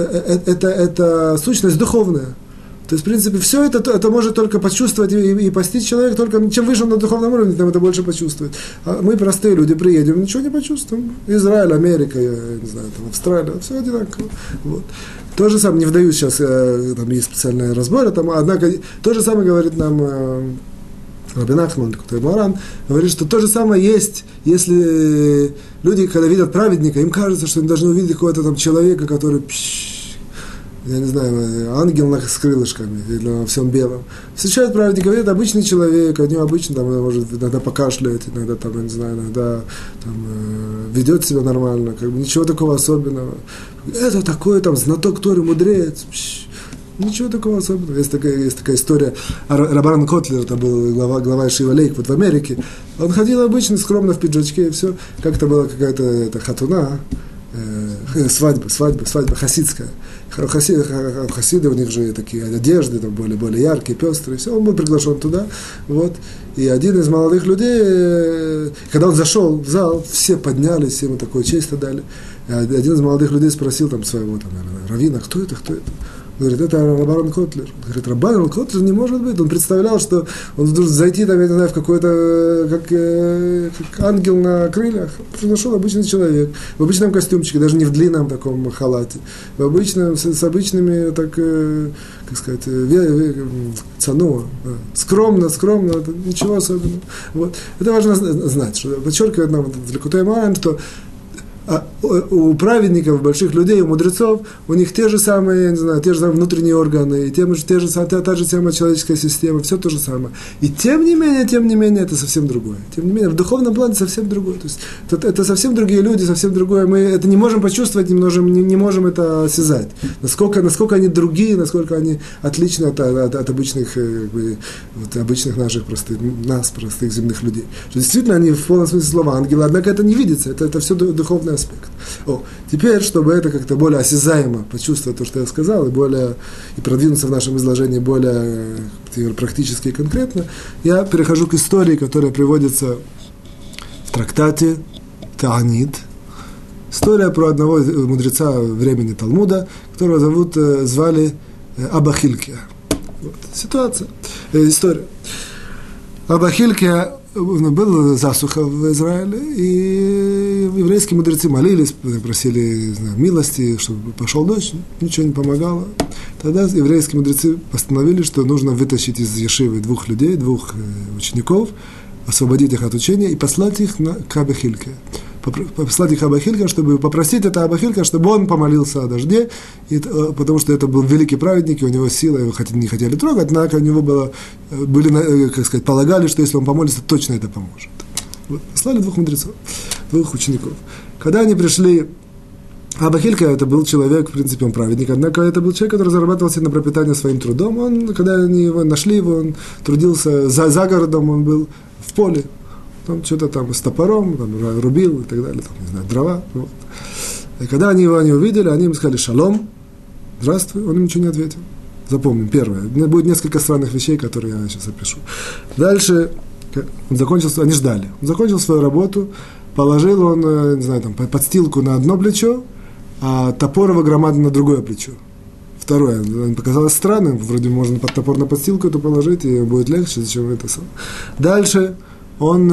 это сущность духовная. То есть, в принципе, все это может только почувствовать и постичь человек, только чем выше он на духовном уровне, тем это больше почувствует. А мы, простые люди, приедем, ничего не почувствуем. Израиль, Америка, я не знаю, там, Австралия, все одинаково. Вот. То же самое, не вдаюсь сейчас, там есть специальные разборы, там, однако то же самое говорит нам Раби Нахман, Ликутей Моаран, говорит, что то же самое есть, если люди, когда видят праведника, им кажется, что они должны увидеть какого-то там человека, который я не знаю, ангел с крылышками или на всем белом. Встречают праведника, говорят, обычный человек, от него обычно там, может иногда покашляет, иногда там, я не знаю, иногда там, ведет себя нормально, как бы ничего такого особенного. Это такой там знаток Торы, мудрец. Ничего такого особенного. Есть такая история. Рабаран Котлер, это был глава Шива Лейк вот в Америке. Он ходил обычно, скромно в пиджачке, и все. Как-то была какая-то хатуна, свадьба хасидская. Хасиды, у них же такие одежды, там более яркие, пестрые, все, он был приглашен туда, вот, и один из молодых людей, когда он зашел в зал, все поднялись, все ему такую честь отдали, один из молодых людей спросил там своего, там, наверное, раввина, кто это? Говорит, это Рабан Котлер. Говорит, Рабан Котлер не может быть. Он представлял, что он должен зайти там, я не знаю, в какой-то, как ангел на крыльях. Пришел обычный человек, в обычном костюмчике, даже не в длинном таком халате, в обычном, с обычными, так, как сказать, цану, скромно, ничего особенного. Вот. Это важно знать, что подчеркивает нам Ликутей Моарим, что у праведников, больших людей, у мудрецов, у них те же самые, я не знаю, те же самые внутренние органы, и та же самая человеческая система, все то же самое. И тем не менее, это совсем другое. Тем не менее, в духовном плане совсем другое. То есть, это совсем другие люди, совсем другое. Мы это не можем почувствовать, не можем это осязать. Насколько они другие, насколько они отличны от обычных, обычных наших простых земных людей. Что действительно, они в полном смысле слова ангелы, однако это не видится, это все духовное аспект. Теперь, чтобы это как-то более осязаемо почувствовать то, что я сказал, и продвинуться в нашем изложении более практически и конкретно, я перехожу к истории, которая приводится в трактате Таанит. История про одного мудреца времени Талмуда, которого звали Аба Хилкия. История. Аба Хилкия, была засуха в Израиле, и еврейские мудрецы молились, просили милости, чтобы пошел дождь, ничего не помогало. Тогда еврейские мудрецы постановили, что нужно вытащить из ешивы двух учеников, освободить их от учения и послать их к Абе Хилке. Послать их Аба Хилке, чтобы попросить это Аба Хилке, чтобы он помолился о дожде, потому что это был великий праведник, и у него сила, его не хотели трогать, однако у него полагали, что если он помолится, точно это поможет. Послали двух мудрецов, двух учеников. Когда они пришли, Аба Хилка, это был человек, в принципе, он праведник, однако это был человек, который зарабатывал себе на пропитание своим трудом. Когда они его нашли, он трудился за городом, он был в поле. Там что-то там с топором, там, рубил и так далее, там, не знаю, дрова. Вот. И когда они его не увидели, они ему сказали «Шалом», «Здравствуй», он им ничего не ответил. Запомним, первое. Будет несколько странных вещей, которые я сейчас опишу. Дальше они ждали. Он закончил свою работу, положил он, не знаю, там, подстилку на одно плечо, а топор его громадный на другое плечо. Второе, показалось странным, вроде можно под топор на подстилку это положить, и будет легче, чем это сам. Дальше он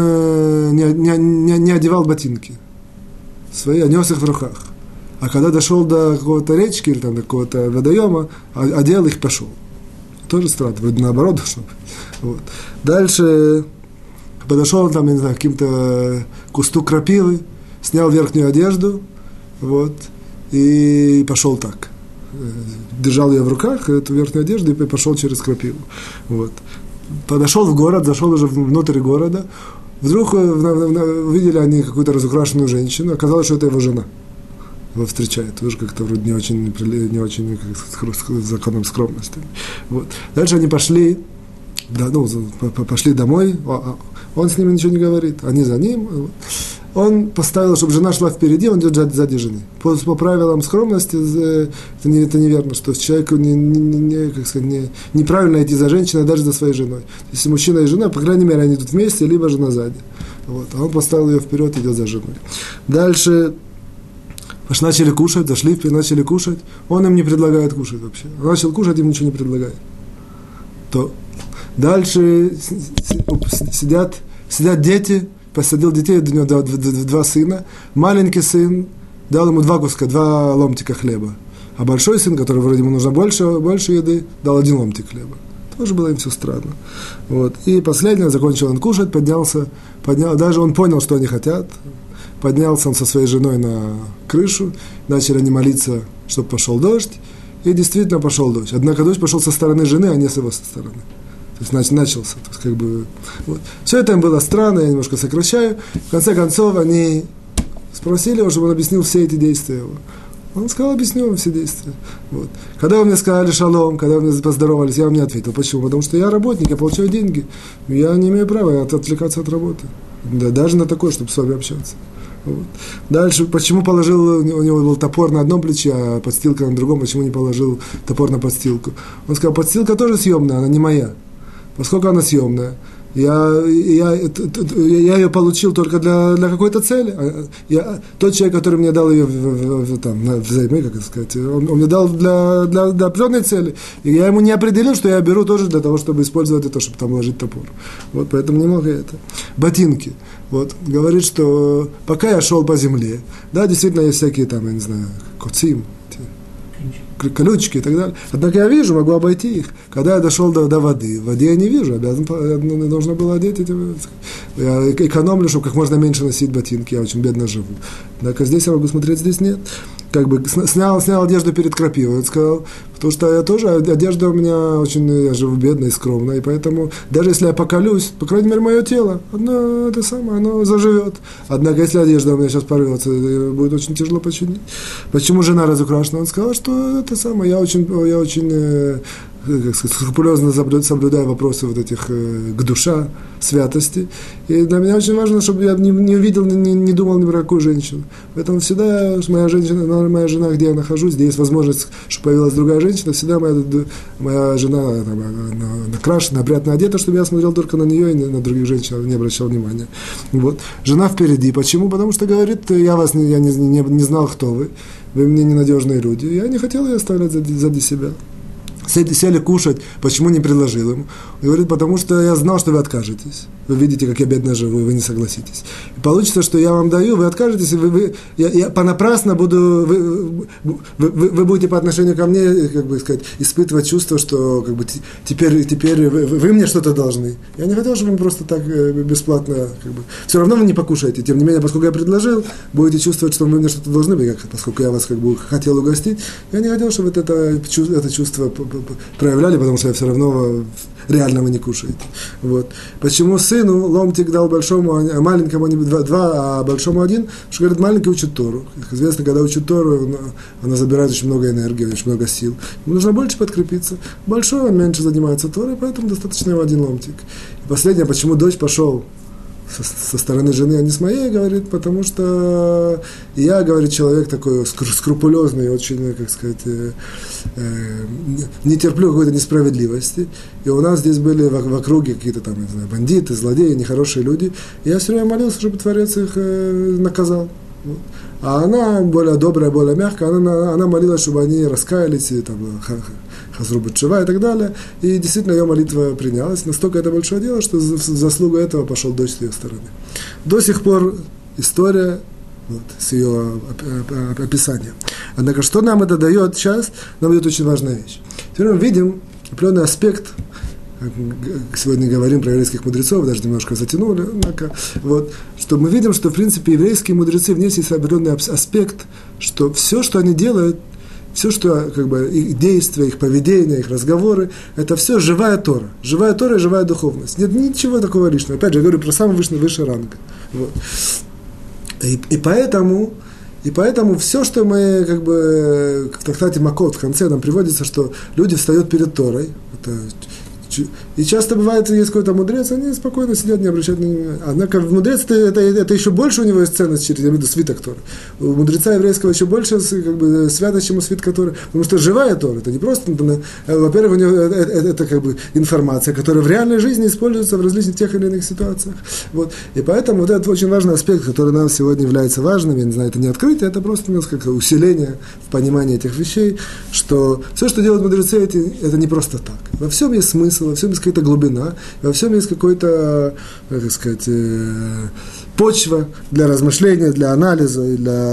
не одевал ботинки свои, а нес их в руках. А когда дошел до какого-то речки или там, до какого-то водоема, одел их и пошел. Тоже странно, вроде наоборот должно быть. Вот. Дальше подошел там, я не знаю, к каким-то кусту крапивы, снял верхнюю одежду, вот, и пошел так. Держал ее в руках, эту верхнюю одежду, и пошел через крапиву. Вот. Подошел в город, зашел уже внутрь города, вдруг увидели они какую-то разукрашенную женщину, оказалось, что это его жена. Его встречает, тоже как-то вроде не очень с законом скромности. Вот. Дальше они пошли домой, он с ними ничего не говорит, они за ним. Он поставил, чтобы жена шла впереди, он идет сзади жены. По правилам скромности это неверно, что человеку неправильно идти за женщиной, даже за своей женой. Если мужчина и жена, по крайней мере, они идут вместе, либо жена сзади. Вот. А он поставил ее вперед, идет за женой. Дальше начали кушать, зашли, начали кушать. Он им не предлагает кушать вообще. Он начал кушать, им ничего не предлагает. Дальше сидят дети, посадил детей, у него два сына. Маленький сын дал ему два ломтика хлеба. А большой сын, который вроде ему нужно больше еды, дал один ломтик хлеба. Тоже было им все странно. Вот. И последнее, закончил он кушать, поднялся, даже он понял, что они хотят. Поднялся он со своей женой на крышу, начали они молиться, чтобы пошел дождь, и действительно пошел дождь. Однако дождь пошел со стороны жены, а не с его стороны. То есть начался. То есть, вот. Все это им было странно, я немножко сокращаю. В конце концов, они спросили его, чтобы он объяснил все эти действия его. Он сказал, объясню вам все действия. Вот. Когда вы мне сказали шалом, когда вы мне поздоровались, я вам не ответил. Почему? Потому что я работник, я получаю деньги. Я не имею права отвлекаться от работы. Да, даже на такое, чтобы с вами общаться. Вот. Дальше, почему положил, у него был топор на одном плече, а подстилка на другом, почему не положил топор на подстилку? Он сказал, подстилка тоже съемная, она не моя. Поскольку она съемная, Я ее получил только для какой-то цели. Тот человек, который мне дал ее взаймы, как это сказать, он мне дал для определенной цели. И я ему не определил, что я беру тоже для того, чтобы использовать это, чтобы там ложить топор. Вот, поэтому не мог я это. Ботинки. Вот, говорит, что пока я шел по земле, да, действительно есть всякие там, я не знаю, коцим, колючки и так далее. Однако я вижу, могу обойти их. Когда я дошел до воды, в воде я не вижу, нужно было одеть эти. Я экономлю, чтобы как можно меньше носить ботинки, я очень бедно живу. Однако здесь я могу смотреть, здесь нет. Как бы снял одежду перед крапивой, он сказал, потому что я тоже, одежда у меня очень, я живу бедно и скромно, и поэтому, даже если я поколюсь, по крайней мере, мое тело, оно заживет. Однако, если одежда у меня сейчас порвется, будет очень тяжело починить. Почему жена разукрашена? Он сказал, что это самое, я очень как сказать, скрупулезно соблюдаю вопросы вот этих к душа, святости. И для меня очень важно, чтобы я не увидел, не думал ни про какую женщину. Поэтому всегда моя жена, где я нахожусь, где есть возможность, чтобы появилась другая женщина, всегда моя жена накрашена, опрятно одета, чтобы я смотрел только на нее и на других женщин, не обращал внимания. Вот. Жена впереди. Почему? Потому что говорит, я не знал, кто вы мне ненадежные люди. Я не хотел ее оставлять сзади себя. Сели кушать, почему не предложил ему? Он говорит, потому что я знал, что вы откажетесь. Вы видите, как я бедно живу, и вы не согласитесь. И получится, что я вам даю, вы откажетесь, и я понапрасно буду, вы будете по отношению ко мне, как бы сказать, испытывать чувство, что как бы, теперь вы мне что-то должны. Я не хотел, чтобы вы просто так бесплатно, как бы, все равно вы не покушаете. Тем не менее, поскольку я предложил, будете чувствовать, что вы мне что-то должны быть, поскольку я вас как бы хотел угостить. Я не хотел, чтобы это чувство проявляли, потому что я все равно реально вы не кушаете. Вот. Почему сыну ломтик дал большому, а маленькому два, а большому один? Потому что, говорит, маленький учит Тору. Как известно, когда учит Тору, она забирает очень много энергии, очень много сил. Ему нужно больше подкрепиться. Большой он меньше занимается Торой, поэтому достаточно ему один ломтик. И последнее, почему дочь пошел со стороны жены, а не с моей, говорит, потому что я, говорит, человек такой скрупулезный, очень, как сказать, не терплю какой-то несправедливости. И у нас здесь были в округе какие-то там, не знаю, бандиты, злодеи, нехорошие люди. И я все время молился, чтобы Творец их наказал. Вот. А она более добрая, более мягкая, она молилась, чтобы они раскаялись, и там, Хазру бет-шува и так далее. И действительно ее молитва принялась. Настолько это большое дело, что в заслугу этого пошел дождь с ее стороны. До сих пор история вот, с ее описанием. Однако, что нам это дает сейчас, нам дает очень важная вещь. Теперь мы видим определенный аспект, сегодня говорим про еврейских мудрецов, даже немножко затянули, однако, вот, что мы видим, что, в принципе, еврейские мудрецы, в них есть определенный аспект, что все, что они делают, все, что, как бы, их действия, их поведение, их разговоры, это все живая Тора. Живая Тора и живая духовность. Нет ничего такого лишнего. Опять же, я говорю про самый высший ранг. Вот. И поэтому все, что мы, как бы, в трактате Макот в конце нам приводится, что люди встают перед Торой, это, и часто бывает, есть какой-то мудрец, они спокойно сидят, не обращают внимания. Однако мудрец, это еще больше у него есть ценность, через, я имею в виду, свиток Торы. У мудреца еврейского еще больше, как бы, святость, чем у свитка Торы. Потому что живая Тора, это не просто, во-первых, у него это как бы информация, которая в реальной жизни используется в различных тех или иных ситуациях. Вот. И поэтому вот этот очень важный аспект, который нам сегодня является важным, я не знаю, это не открытие, это просто несколько усиление в понимании этих вещей, что все, что делают мудрецы, это не просто так. Во всем есть смысл, во всем есть какая-то глубина, во всем есть какой-то, как сказать, почва для размышления, для анализа,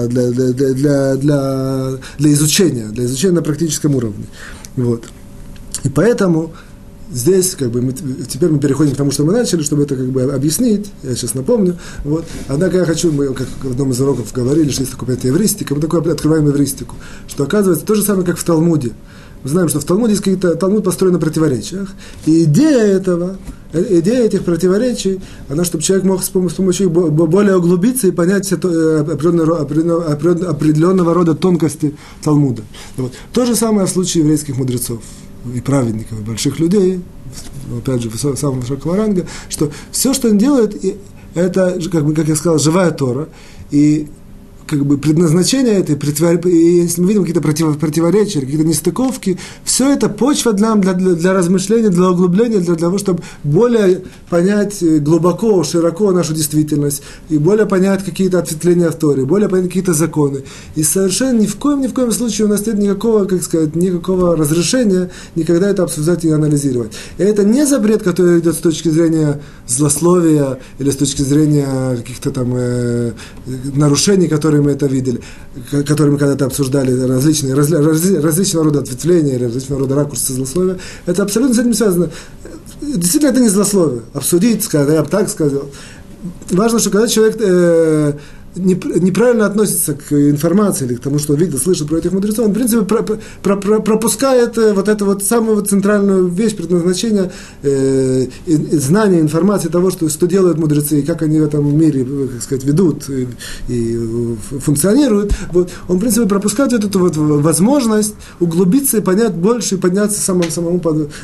для изучения на практическом уровне. Вот. И поэтому здесь, как бы, теперь мы переходим к тому, что мы начали, чтобы это, как бы, объяснить, я сейчас напомню. Вот. Однако я хочу, мы, как в одном из уроков говорили, что есть такое понятие эвристика, мы такое открываем эвристику, что оказывается то же самое, как в Талмуде. Мы знаем, что в Талмуде есть какие-то, Талмуд построен на противоречиях, и идея этих противоречий, она, чтобы человек мог с помощью их более углубиться и понять определенного рода тонкости Талмуда. Вот. То же самое в случае еврейских мудрецов и праведников, и больших людей, опять же, самого высокого ранга, что все, что они делают, это, как я сказал, живая Тора, и как бы предназначение это, если мы видим какие-то противоречия, какие-то нестыковки, все это почва для размышления, для углубления, для того, чтобы более понять глубоко, широко нашу действительность, и более понять какие-то ответвления в Торе, более понять какие-то законы. И совершенно ни в коем случае у нас нет никакого разрешения никогда это обсуждать и анализировать. И это не запрет, который идет с точки зрения злословия или с точки зрения каких-то там нарушений, которые мы это видели, которые мы когда-то обсуждали, различного рода ответвления или различного рода ракурсы злословия. Это абсолютно с этим связано. Действительно, это не злословие. Обсудить, сказать, я бы так сказал. Важно, что когда человек неправильно относится к информации или к тому, что он видел, слышал про этих мудрецов, он, в принципе, пропускает вот эту вот самую центральную вещь предназначения, знания, информации того, что делают мудрецы, и как они в этом мире, как сказать, ведут и функционируют. Вот. Он, в принципе, пропускает вот эту вот возможность углубиться и понять больше, и подняться самому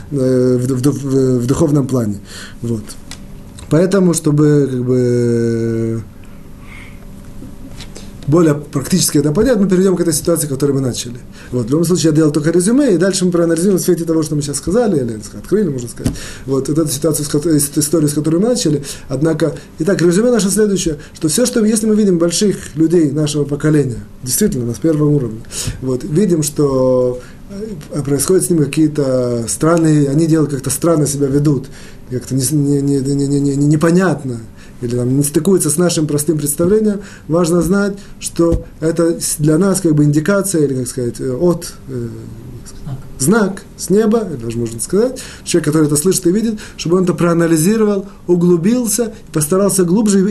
в духовном плане. Вот. Поэтому, чтобы как бы более практически это понять, мы перейдем к этой ситуации, которую мы начали. Вот. В любом случае, я делал только резюме, и дальше мы проанализируем в свете того, что мы сейчас сказали, или открыли, можно сказать. Вот эту ситуацию, историю, с которой мы начали. Однако, итак, резюме наше следующее, что все, что, если мы видим больших людей нашего поколения, действительно, на первом уровне, вот, видим, что происходят с ними какие-то странные, они делают как-то странно себя ведут, как-то непонятно, или там, не стыкуется с нашим простым представлением, важно знать, что это для нас как бы индикация, или, как сказать, знак с неба, или даже можно сказать, человек, который это слышит и видит, чтобы он это проанализировал, углубился, постарался глубже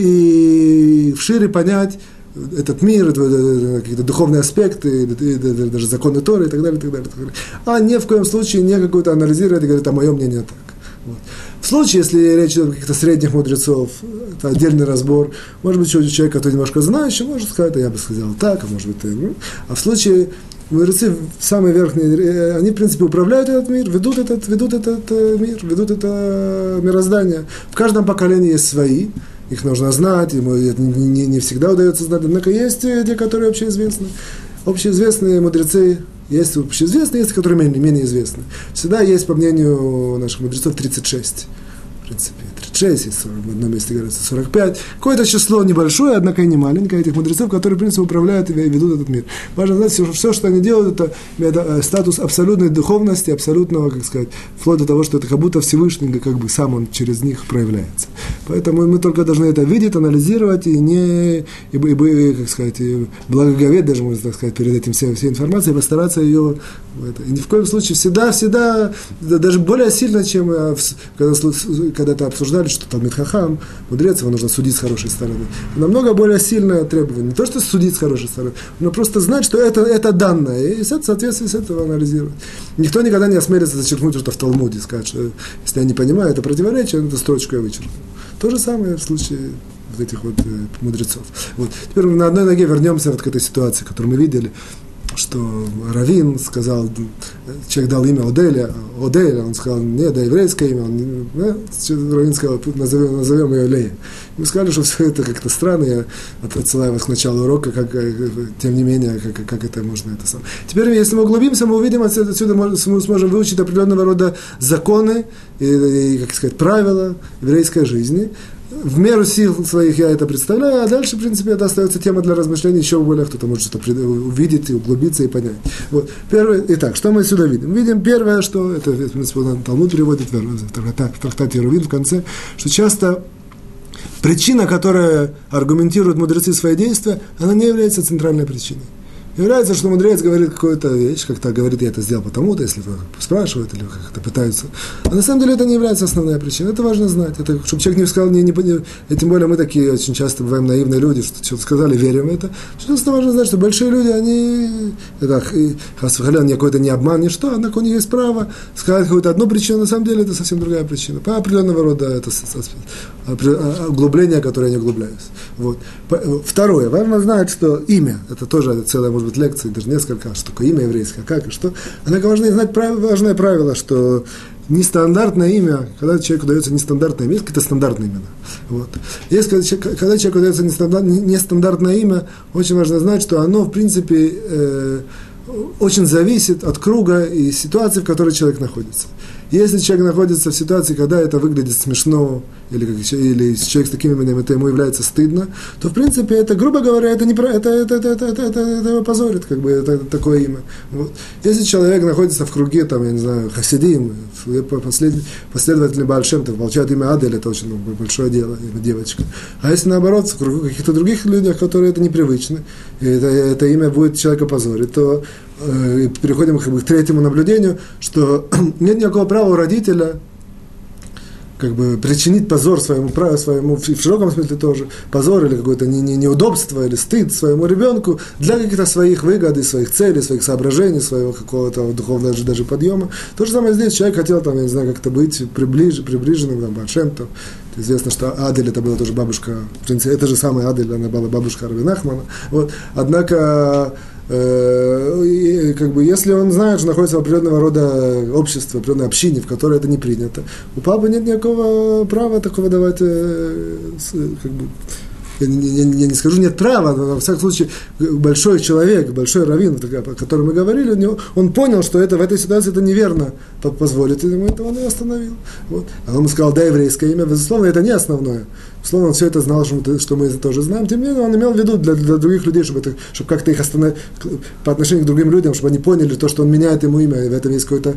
и шире понять этот мир, какие-то духовные аспекты, даже законы Торы и так далее, и так далее, и так далее. А ни в коем случае не какой-то анализировать и говорить, а мое мнение так. Вот. В случае, если речь идет о каких-то средних мудрецов, это отдельный разбор. Может быть, человек, который немножко знающий, может сказать, я бы сказал так, а может быть, а в случае мудрецы самые верхние, они, в принципе, управляют этот мир, ведут этот мир, ведут это мироздание. В каждом поколении есть свои, их нужно знать, ему не всегда удается знать, однако есть те, которые общеизвестны. Общеизвестные мудрецы, есть общеизвестные, есть, которые менее известны. Всегда есть, по мнению наших мудрецов, 36. В принципе, 36, есть в одном месте говорится 45. Какое-то число небольшое, однако и не маленькое, этих мудрецов, которые, в принципе, управляют и ведут этот мир. Важно знать, все, что они делают, это статус абсолютной духовности, абсолютного, как сказать, вплоть до того, что это как будто Всевышний, как бы сам он через них проявляется. Поэтому мы только должны это видеть, анализировать и как сказать, благоговеть, даже можно так сказать, перед этим всей информацией, постараться ее, и ни в коем случае всегда, даже более сильно, чем когда-то обсуждали, что Талмид Хахам, мудрец, его нужно судить с хорошей стороны. Намного более сильное требование. Не то, что судить с хорошей стороны, но просто знать, что это данное, и в соответствии с этого анализировать. Никто никогда не осмелится зачеркнуть что-то в Талмуде, сказать, что если я не понимаю, это противоречие, эту строчку я вычеркну. То же самое в случае вот этих вот мудрецов. Вот. Теперь мы на одной ноге вернемся вот к этой ситуации, которую мы видели, что Равин сказал, человек дал имя Одель, он сказал, не, да, еврейское имя, Равин сказал, назовем ее Лея. Мы сказали, что все это как-то странно, я отсылаю вас к началу урока, тем не менее, как это можно это самое. Теперь, если мы углубимся, мы увидим, отсюда мы сможем выучить определенного рода законы и как сказать, правила еврейской жизни. В меру сил своих я это представляю, а дальше, в принципе, это остается тема для размышлений, еще более кто-то может что-то увидеть, и углубиться и понять. Вот. Итак, что мы отсюда видим? Видим первое, что, это, в принципе, Талмуд переводит в трактате Ерувин в конце, что часто причина, которая аргументирует мудрецы свои действия, она не является центральной причиной. Является, что мудрец говорит какую-то вещь, как-то говорит, я это сделал потому-то, если спрашивают или как-то пытаются. А на самом деле это не является основной причиной. Это важно знать. Это, чтобы человек не сказал, и тем более мы такие очень часто бываем наивные люди, что что-то сказали, верим в это. Что важно знать, что большие люди, они, какой-то не обман, ничто, однако у них есть право сказать какую-то одну причину, на самом деле это совсем другая причина. По определенного рода это углубление, которое я не углубляюсь. Вот. Второе. Важно знать, что имя, это тоже целая, может быть, лекции, даже несколько, что такое имя еврейское, как и что. Однако важно знать важное правило, что нестандартное имя, когда человеку дается нестандартное имя, есть какие-то стандартные имена. Вот. Есть, когда человеку дается нестандартное имя, очень важно знать, что оно, в принципе, очень зависит от круга и ситуации, в которой человек находится. Если человек находится в ситуации, когда это выглядит смешно, или человек с таким именем, это ему является стыдно, то, в принципе, это, грубо говоря, это его позорит, как бы, это такое имя. Вот. Если человек находится в круге, там, я не знаю, хасидим, последователи Бааль Шем Тов, получают имя Адель, это очень большое дело, имя девочка. А если, наоборот, в кругу каких-то других людей, которые это непривычны, и это имя будет человека позорить, то переходим как бы, к третьему наблюдению, что нет никакого права у родителя как бы причинить позор своему, в широком смысле тоже, позор или какое-то неудобство или стыд своему ребенку для каких-то своих выгод, своих целей, своих соображений, своего какого-то духовного даже подъема. То же самое здесь, человек хотел, там, я не знаю, как-то быть приближенным, там, Бааль Шем Тов. Известно, что Адель это была тоже бабушка, в принципе, это же самая Адель, она была бабушка Раби Нахмана. Вот. Однако, как бы, если он знает, что находится в определенного рода обществе, в определенной общине, в которой это не принято, у папы нет никакого права такого давать, как бы, я не скажу, нет права, но, во всяком случае, большой человек, большой раввин, о котором мы говорили, он понял, что это, в этой ситуации это неверно позволит, и ему это он и остановил. Вот. А он ему сказал, да, еврейское имя, безусловно, это не основное. Безусловно, он все это знал, что мы тоже знаем. Тем не менее, он имел в виду для других людей, чтобы как-то их остановить по отношению к другим людям, чтобы они поняли то, что он меняет ему имя, и в этом есть какой-то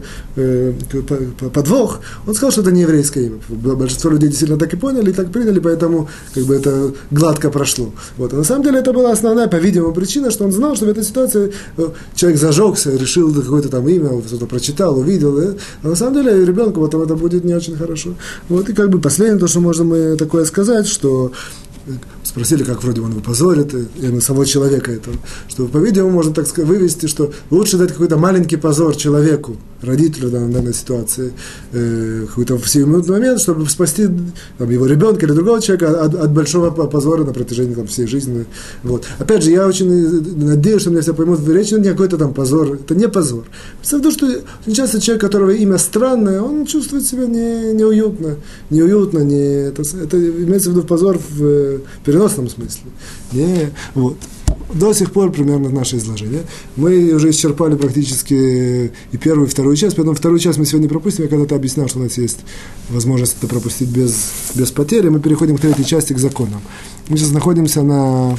подвох. Он сказал, что это не еврейское имя. Большинство людей действительно так и поняли, и так приняли, поэтому как бы это гладко прошло. Вот. А на самом деле это была основная, по-видимому, причина, что он знал, что в этой ситуации человек зажегся, решил какое-то там имя, что-то прочитал, увидел. А на самом деле ребенку потом это будет не очень хорошо. Вот. И как бы последнее, то, что можем мы такое сказать, что спросили, как вроде он его позорит, именно самого человека этого, что, по-видимому, можно так сказать, вывести, что лучше дать какой-то маленький позор человеку, родителю в данной ситуации, какой-то в сиюминутный момент, чтобы спасти там, его ребенка или другого человека от большого позора на протяжении там, всей жизни. Вот. Опять же, я очень надеюсь, что меня все поймут, речь не какой-то там позор, это не позор. Представь, что очень часто человек, у которого имя странное, он чувствует себя неуютно, это имеется в виду позор в переносном смысле. Вот. До сих пор примерно наше изложение. Мы уже исчерпали практически и первую, и вторую часть, поэтому вторую часть мы сегодня пропустим. Я когда-то объяснял, что у нас есть возможность это пропустить без потери. Мы переходим к третьей части, к законам. Мы сейчас находимся на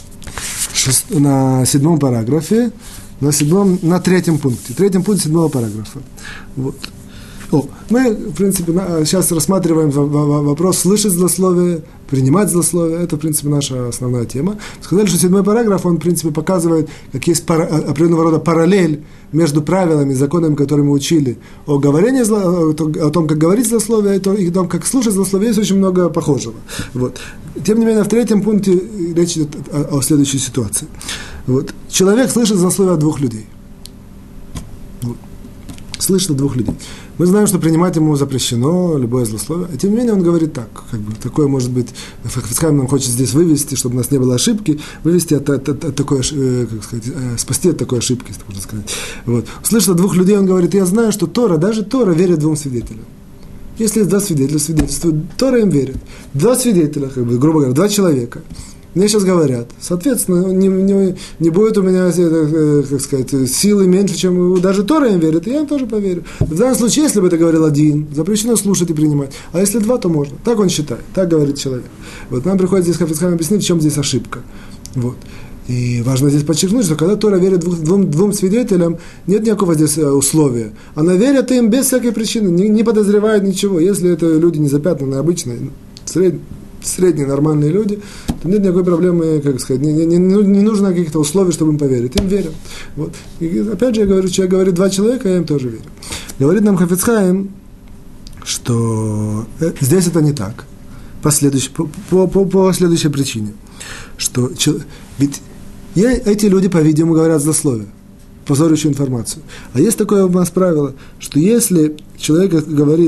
7 параграфе, на третьем пункте. Третьем пункте 7 параграфа. Вот. Мы, в принципе, сейчас рассматриваем вопрос слышать злословие, принимать злословие. Это, в принципе, наша основная тема. Сказали, что 7 параграф, он, в принципе, показывает, как есть определенного рода параллель между правилами, законами, которые мы учили о говорении, о том, как говорить злословие, и о том, как слушать злословие. Есть очень много похожего. Вот. Тем не менее, в третьем пункте речь идет о следующей ситуации. Вот. Человек слышит злословие от двух людей. Вот. Слышит от двух людей. Мы знаем, что принимать ему запрещено, любое злословие. А тем не менее он говорит так, как бы, такое может быть, Хафец Хаим нам хочет здесь вывести, чтобы у нас не было ошибки, вывести от такой, как сказать, спасти от такой ошибки, если можно сказать. Вот. Услышал от двух людей, он говорит, я знаю, что Тора, даже Тора верит двум свидетелям. Если есть два свидетеля, свидетельствуют, Тора им верит. Два свидетеля, как бы, грубо говоря, два человека. Мне сейчас говорят, соответственно, не будет у меня, как сказать, силы меньше, чем даже Тора им верит, и я им тоже поверю. В данном случае, если бы это говорил один, запрещено слушать и принимать, а если два, то можно. Так он считает, так говорит человек. Вот нам приходится здесь Хафец Хаим объяснить, в чем здесь ошибка. Вот. И важно здесь подчеркнуть, что когда Тора верит двум свидетелям, нет никакого здесь условия. Она верит им без всякой причины, не подозревает ничего. Если это люди не запятнанные, обычные, средние нормальные люди, то нет никакой проблемы, как сказать, не нужно каких-то условий, чтобы им поверить. Им верят. Вот. И опять же, я говорю, человек говорит два человека, я им тоже верю. Говорит нам Хафец Хаим, что здесь это не так. По следующей причине. Что ведь эти люди, по-видимому, говорят злословие, позорящую информацию. А есть такое у нас правило, что если человек говорит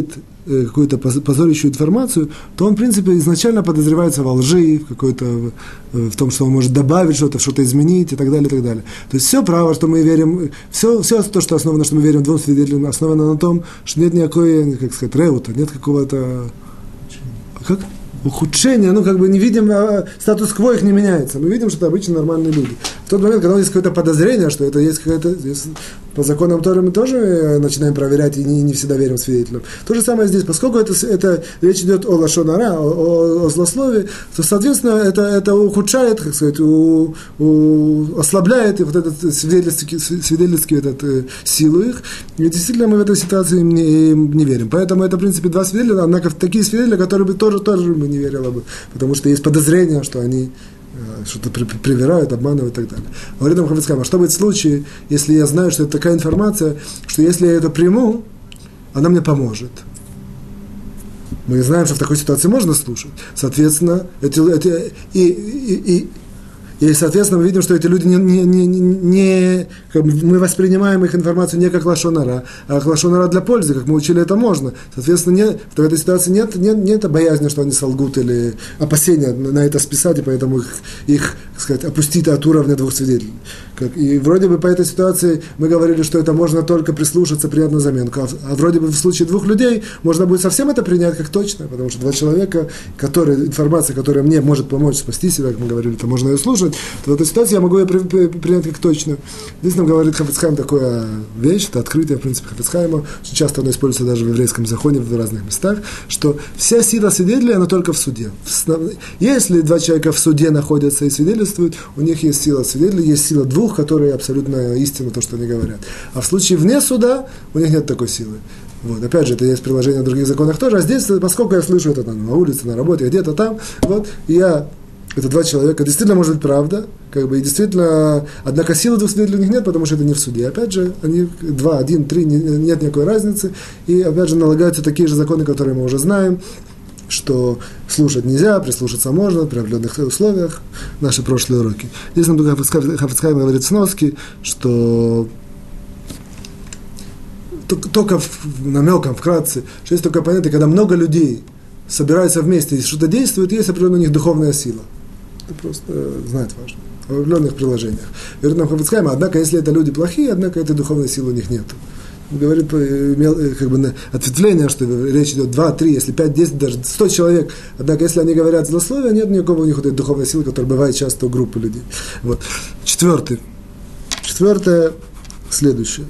какую-то позорящую информацию, то он, в принципе, изначально подозревается во лжи, в том, что он может добавить что-то изменить и так далее, и так далее. То есть все право, что мы верим, все то, что основано, что мы верим двум свидетелям, основано на том, что нет никакой, как сказать, реута, нет какого-то... ухудшение, не видим, статус-кво их не меняется. Мы видим, что это обычно нормальные люди. В тот момент, когда есть какое-то подозрение, что это есть какая-то... По законам Торы мы тоже начинаем проверять и не всегда верим свидетелям. То же самое здесь. Поскольку это речь идет о лашон ара, о злословии, то, соответственно, это ухудшает, как сказать, ослабляет вот этот свидетельский силу их. И действительно мы в этой ситуации не верим. Поэтому это, в принципе, два свидетеля, однако такие свидетели, которые бы тоже мы не верили бы, потому что есть подозрение, что они что-то привирают, обманывают и так далее. Говорит нам Хафец Хаим, а что будет в случае, если я знаю, что это такая информация, что если я это приму, она мне поможет. Мы знаем, что в такой ситуации можно слушать. Соответственно, и, соответственно, мы видим, что эти люди мы воспринимаем их информацию не как лашон ара, а как лашон ара для пользы, как мы учили, это можно. Соответственно, в этой ситуации нет боязни, что они солгут, или опасения на это списать, и поэтому их так сказать, опустить от уровня двух свидетелей. И вроде бы по этой ситуации мы говорили, что это можно только прислушаться, принять на заменку. А вроде бы в случае двух людей можно будет совсем это принять как точно, потому что два человека, информация, которая мне может помочь спасти себя, как мы говорили, то можно ее слушать, то в этой ситуации я могу ее принять как точно. Здесь нам говорит Хафец Хаим такая вещь, это открытие, в принципе, Хафец Хаима, очень часто оно используется даже в еврейском законе в разных местах, что вся сила свидетелей, она только в суде. Если два человека в суде находятся и свидетельствуют, у них есть сила свидетелей, есть сила двух, которые абсолютно истинно то, что они говорят. А в случае вне суда у них нет такой силы. Вот. Опять же, это есть приложение в других законах тоже, а здесь, поскольку я слышу это на улице, на работе, где-то там, это два человека, действительно может быть правда, и действительно, однако силы двух свидетелей у них нет, потому что это не в суде. Опять же, они 2, 1, 3, нет никакой разницы, и опять же налагаются такие же законы, которые мы уже знаем, что слушать нельзя, прислушаться можно при определенных условиях, наши прошлые уроки. Здесь нам Хафец Хаим говорит в сноске, что только намеком, вкратце, что есть только понятие, когда много людей собираются вместе и что-то действует, есть определенная у них духовная сила. Это просто знать важно. В определенных приложениях. Говорит нам Хафец Хаим, однако, если это люди плохие, однако этой духовной силы у них нет. Говорит, ответвление, что речь идет 2, 3, если 5, 10, даже 100 человек. Однако, если они говорят злословие, нет никакого у них этой духовной силы, которая бывает часто у группы людей. Вот. Четвертое, следующее.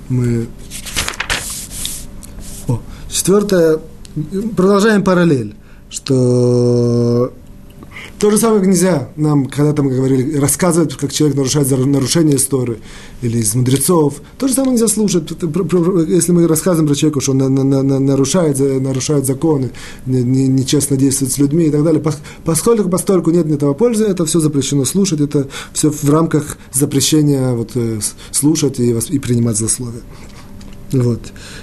Четвертое, продолжаем параллель, что то же самое нельзя нам, когда-то мы говорили, рассказывать, как человек нарушает нарушение из Торы или из мудрецов. То же самое нельзя слушать, если мы рассказываем про человека, что он нарушает законы, нечестно действует с людьми и так далее. Постольку нет этого пользы, это все запрещено слушать, это все в рамках запрещения слушать и принимать злословие. Вот.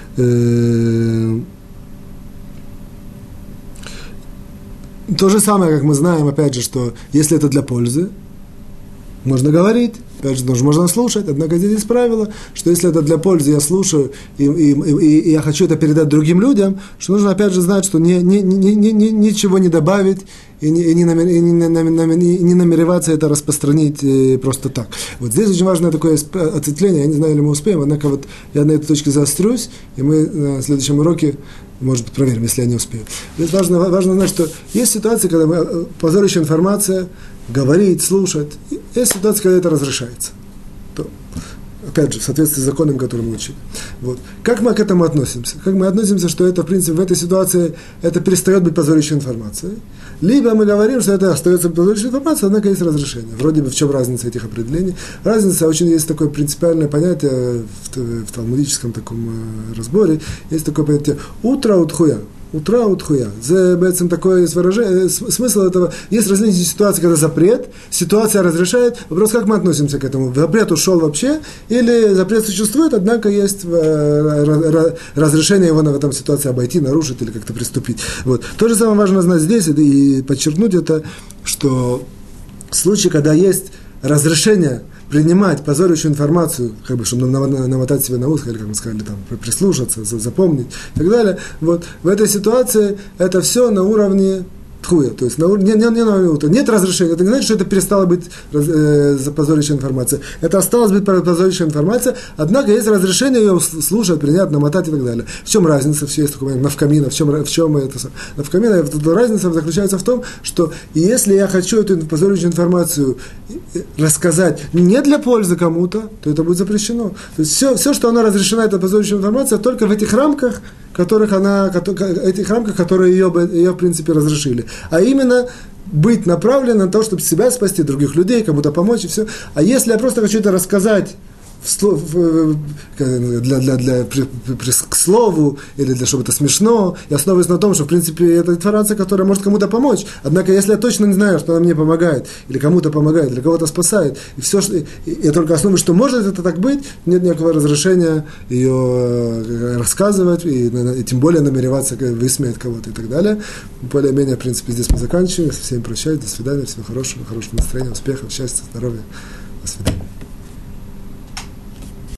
То же самое, как мы знаем, опять же, что если это для пользы, можно говорить, опять же, тоже можно слушать, однако здесь есть правило, что если это для пользы, я слушаю, и я хочу это передать другим людям, что нужно, опять же, знать, что ничего не добавить, и не намереваться это распространить просто так. Вот здесь очень важное такое ответвление, я не знаю, или мы успеем, однако я на этой точке заострюсь, и мы на следующем уроке, может быть, проверим, если я не успею. Здесь важно знать, что есть ситуации, когда позорящая информация, говорить, слушать, есть ситуации, когда это разрешается. То, опять же, в соответствии с законом, который мы учили. Вот. Как мы к этому относимся? Как мы относимся, что это, в принципе, в этой ситуации это перестает быть позорящей информацией? Либо мы говорим, что это остается позорящей информацией, однако есть разрешение. Вроде бы в чем разница этих определений? Разница, очень есть такое принципиальное понятие в талмудическом таком разборе, есть такое понятие «утро утхуя». Утра утхуя. Такое есть выражение, смысл этого. Есть различные ситуации, когда запрет, ситуация разрешает. Вопрос, как мы относимся к этому? Запрет ушел вообще, или запрет существует, однако есть разрешение его в этом ситуации обойти, нарушить или как-то приступить. Вот. То же самое важно знать здесь и подчеркнуть это, что в случае, когда есть разрешение принимать позорящую информацию, как бы, чтобы намотать себе на ушко, или, как мы сказали, там, прислушаться, запомнить и так далее, вот, в этой ситуации это все на уровне тхуя, то есть нет разрешения, это не значит, что это перестала быть позорящая информация, это осталась быть позорящая информация, однако есть разрешение ее слушать, принять, намотать и так далее. В чем разница, все есть такой навкамина, в чем это навкамина, разница заключается в том, что если я хочу эту позорящую информацию рассказать не для пользы кому-то, то это будет запрещено. То есть все, что она разрешена, эта позорящая информация, только в этих рамках, которые ее, в принципе, разрешили. А именно быть направлен на то, чтобы себя спасти, других людей, кому-то помочь и все. А если я просто хочу это рассказать к слову, или чтобы это смешно, я основываюсь на том, что, в принципе, это информация, которая может кому-то помочь. Однако, если я точно не знаю, что она мне помогает, или кому-то помогает, или кого-то спасает, и все, что, я только основываюсь, что может это так быть, нет никакого разрешения ее рассказывать, и тем более намереваться высмеять кого-то и так далее. Более-менее, в принципе, здесь мы заканчиваем. Со всеми прощаюсь. До свидания. Всего хорошего настроения, успехов, счастья, здоровья. До свидания.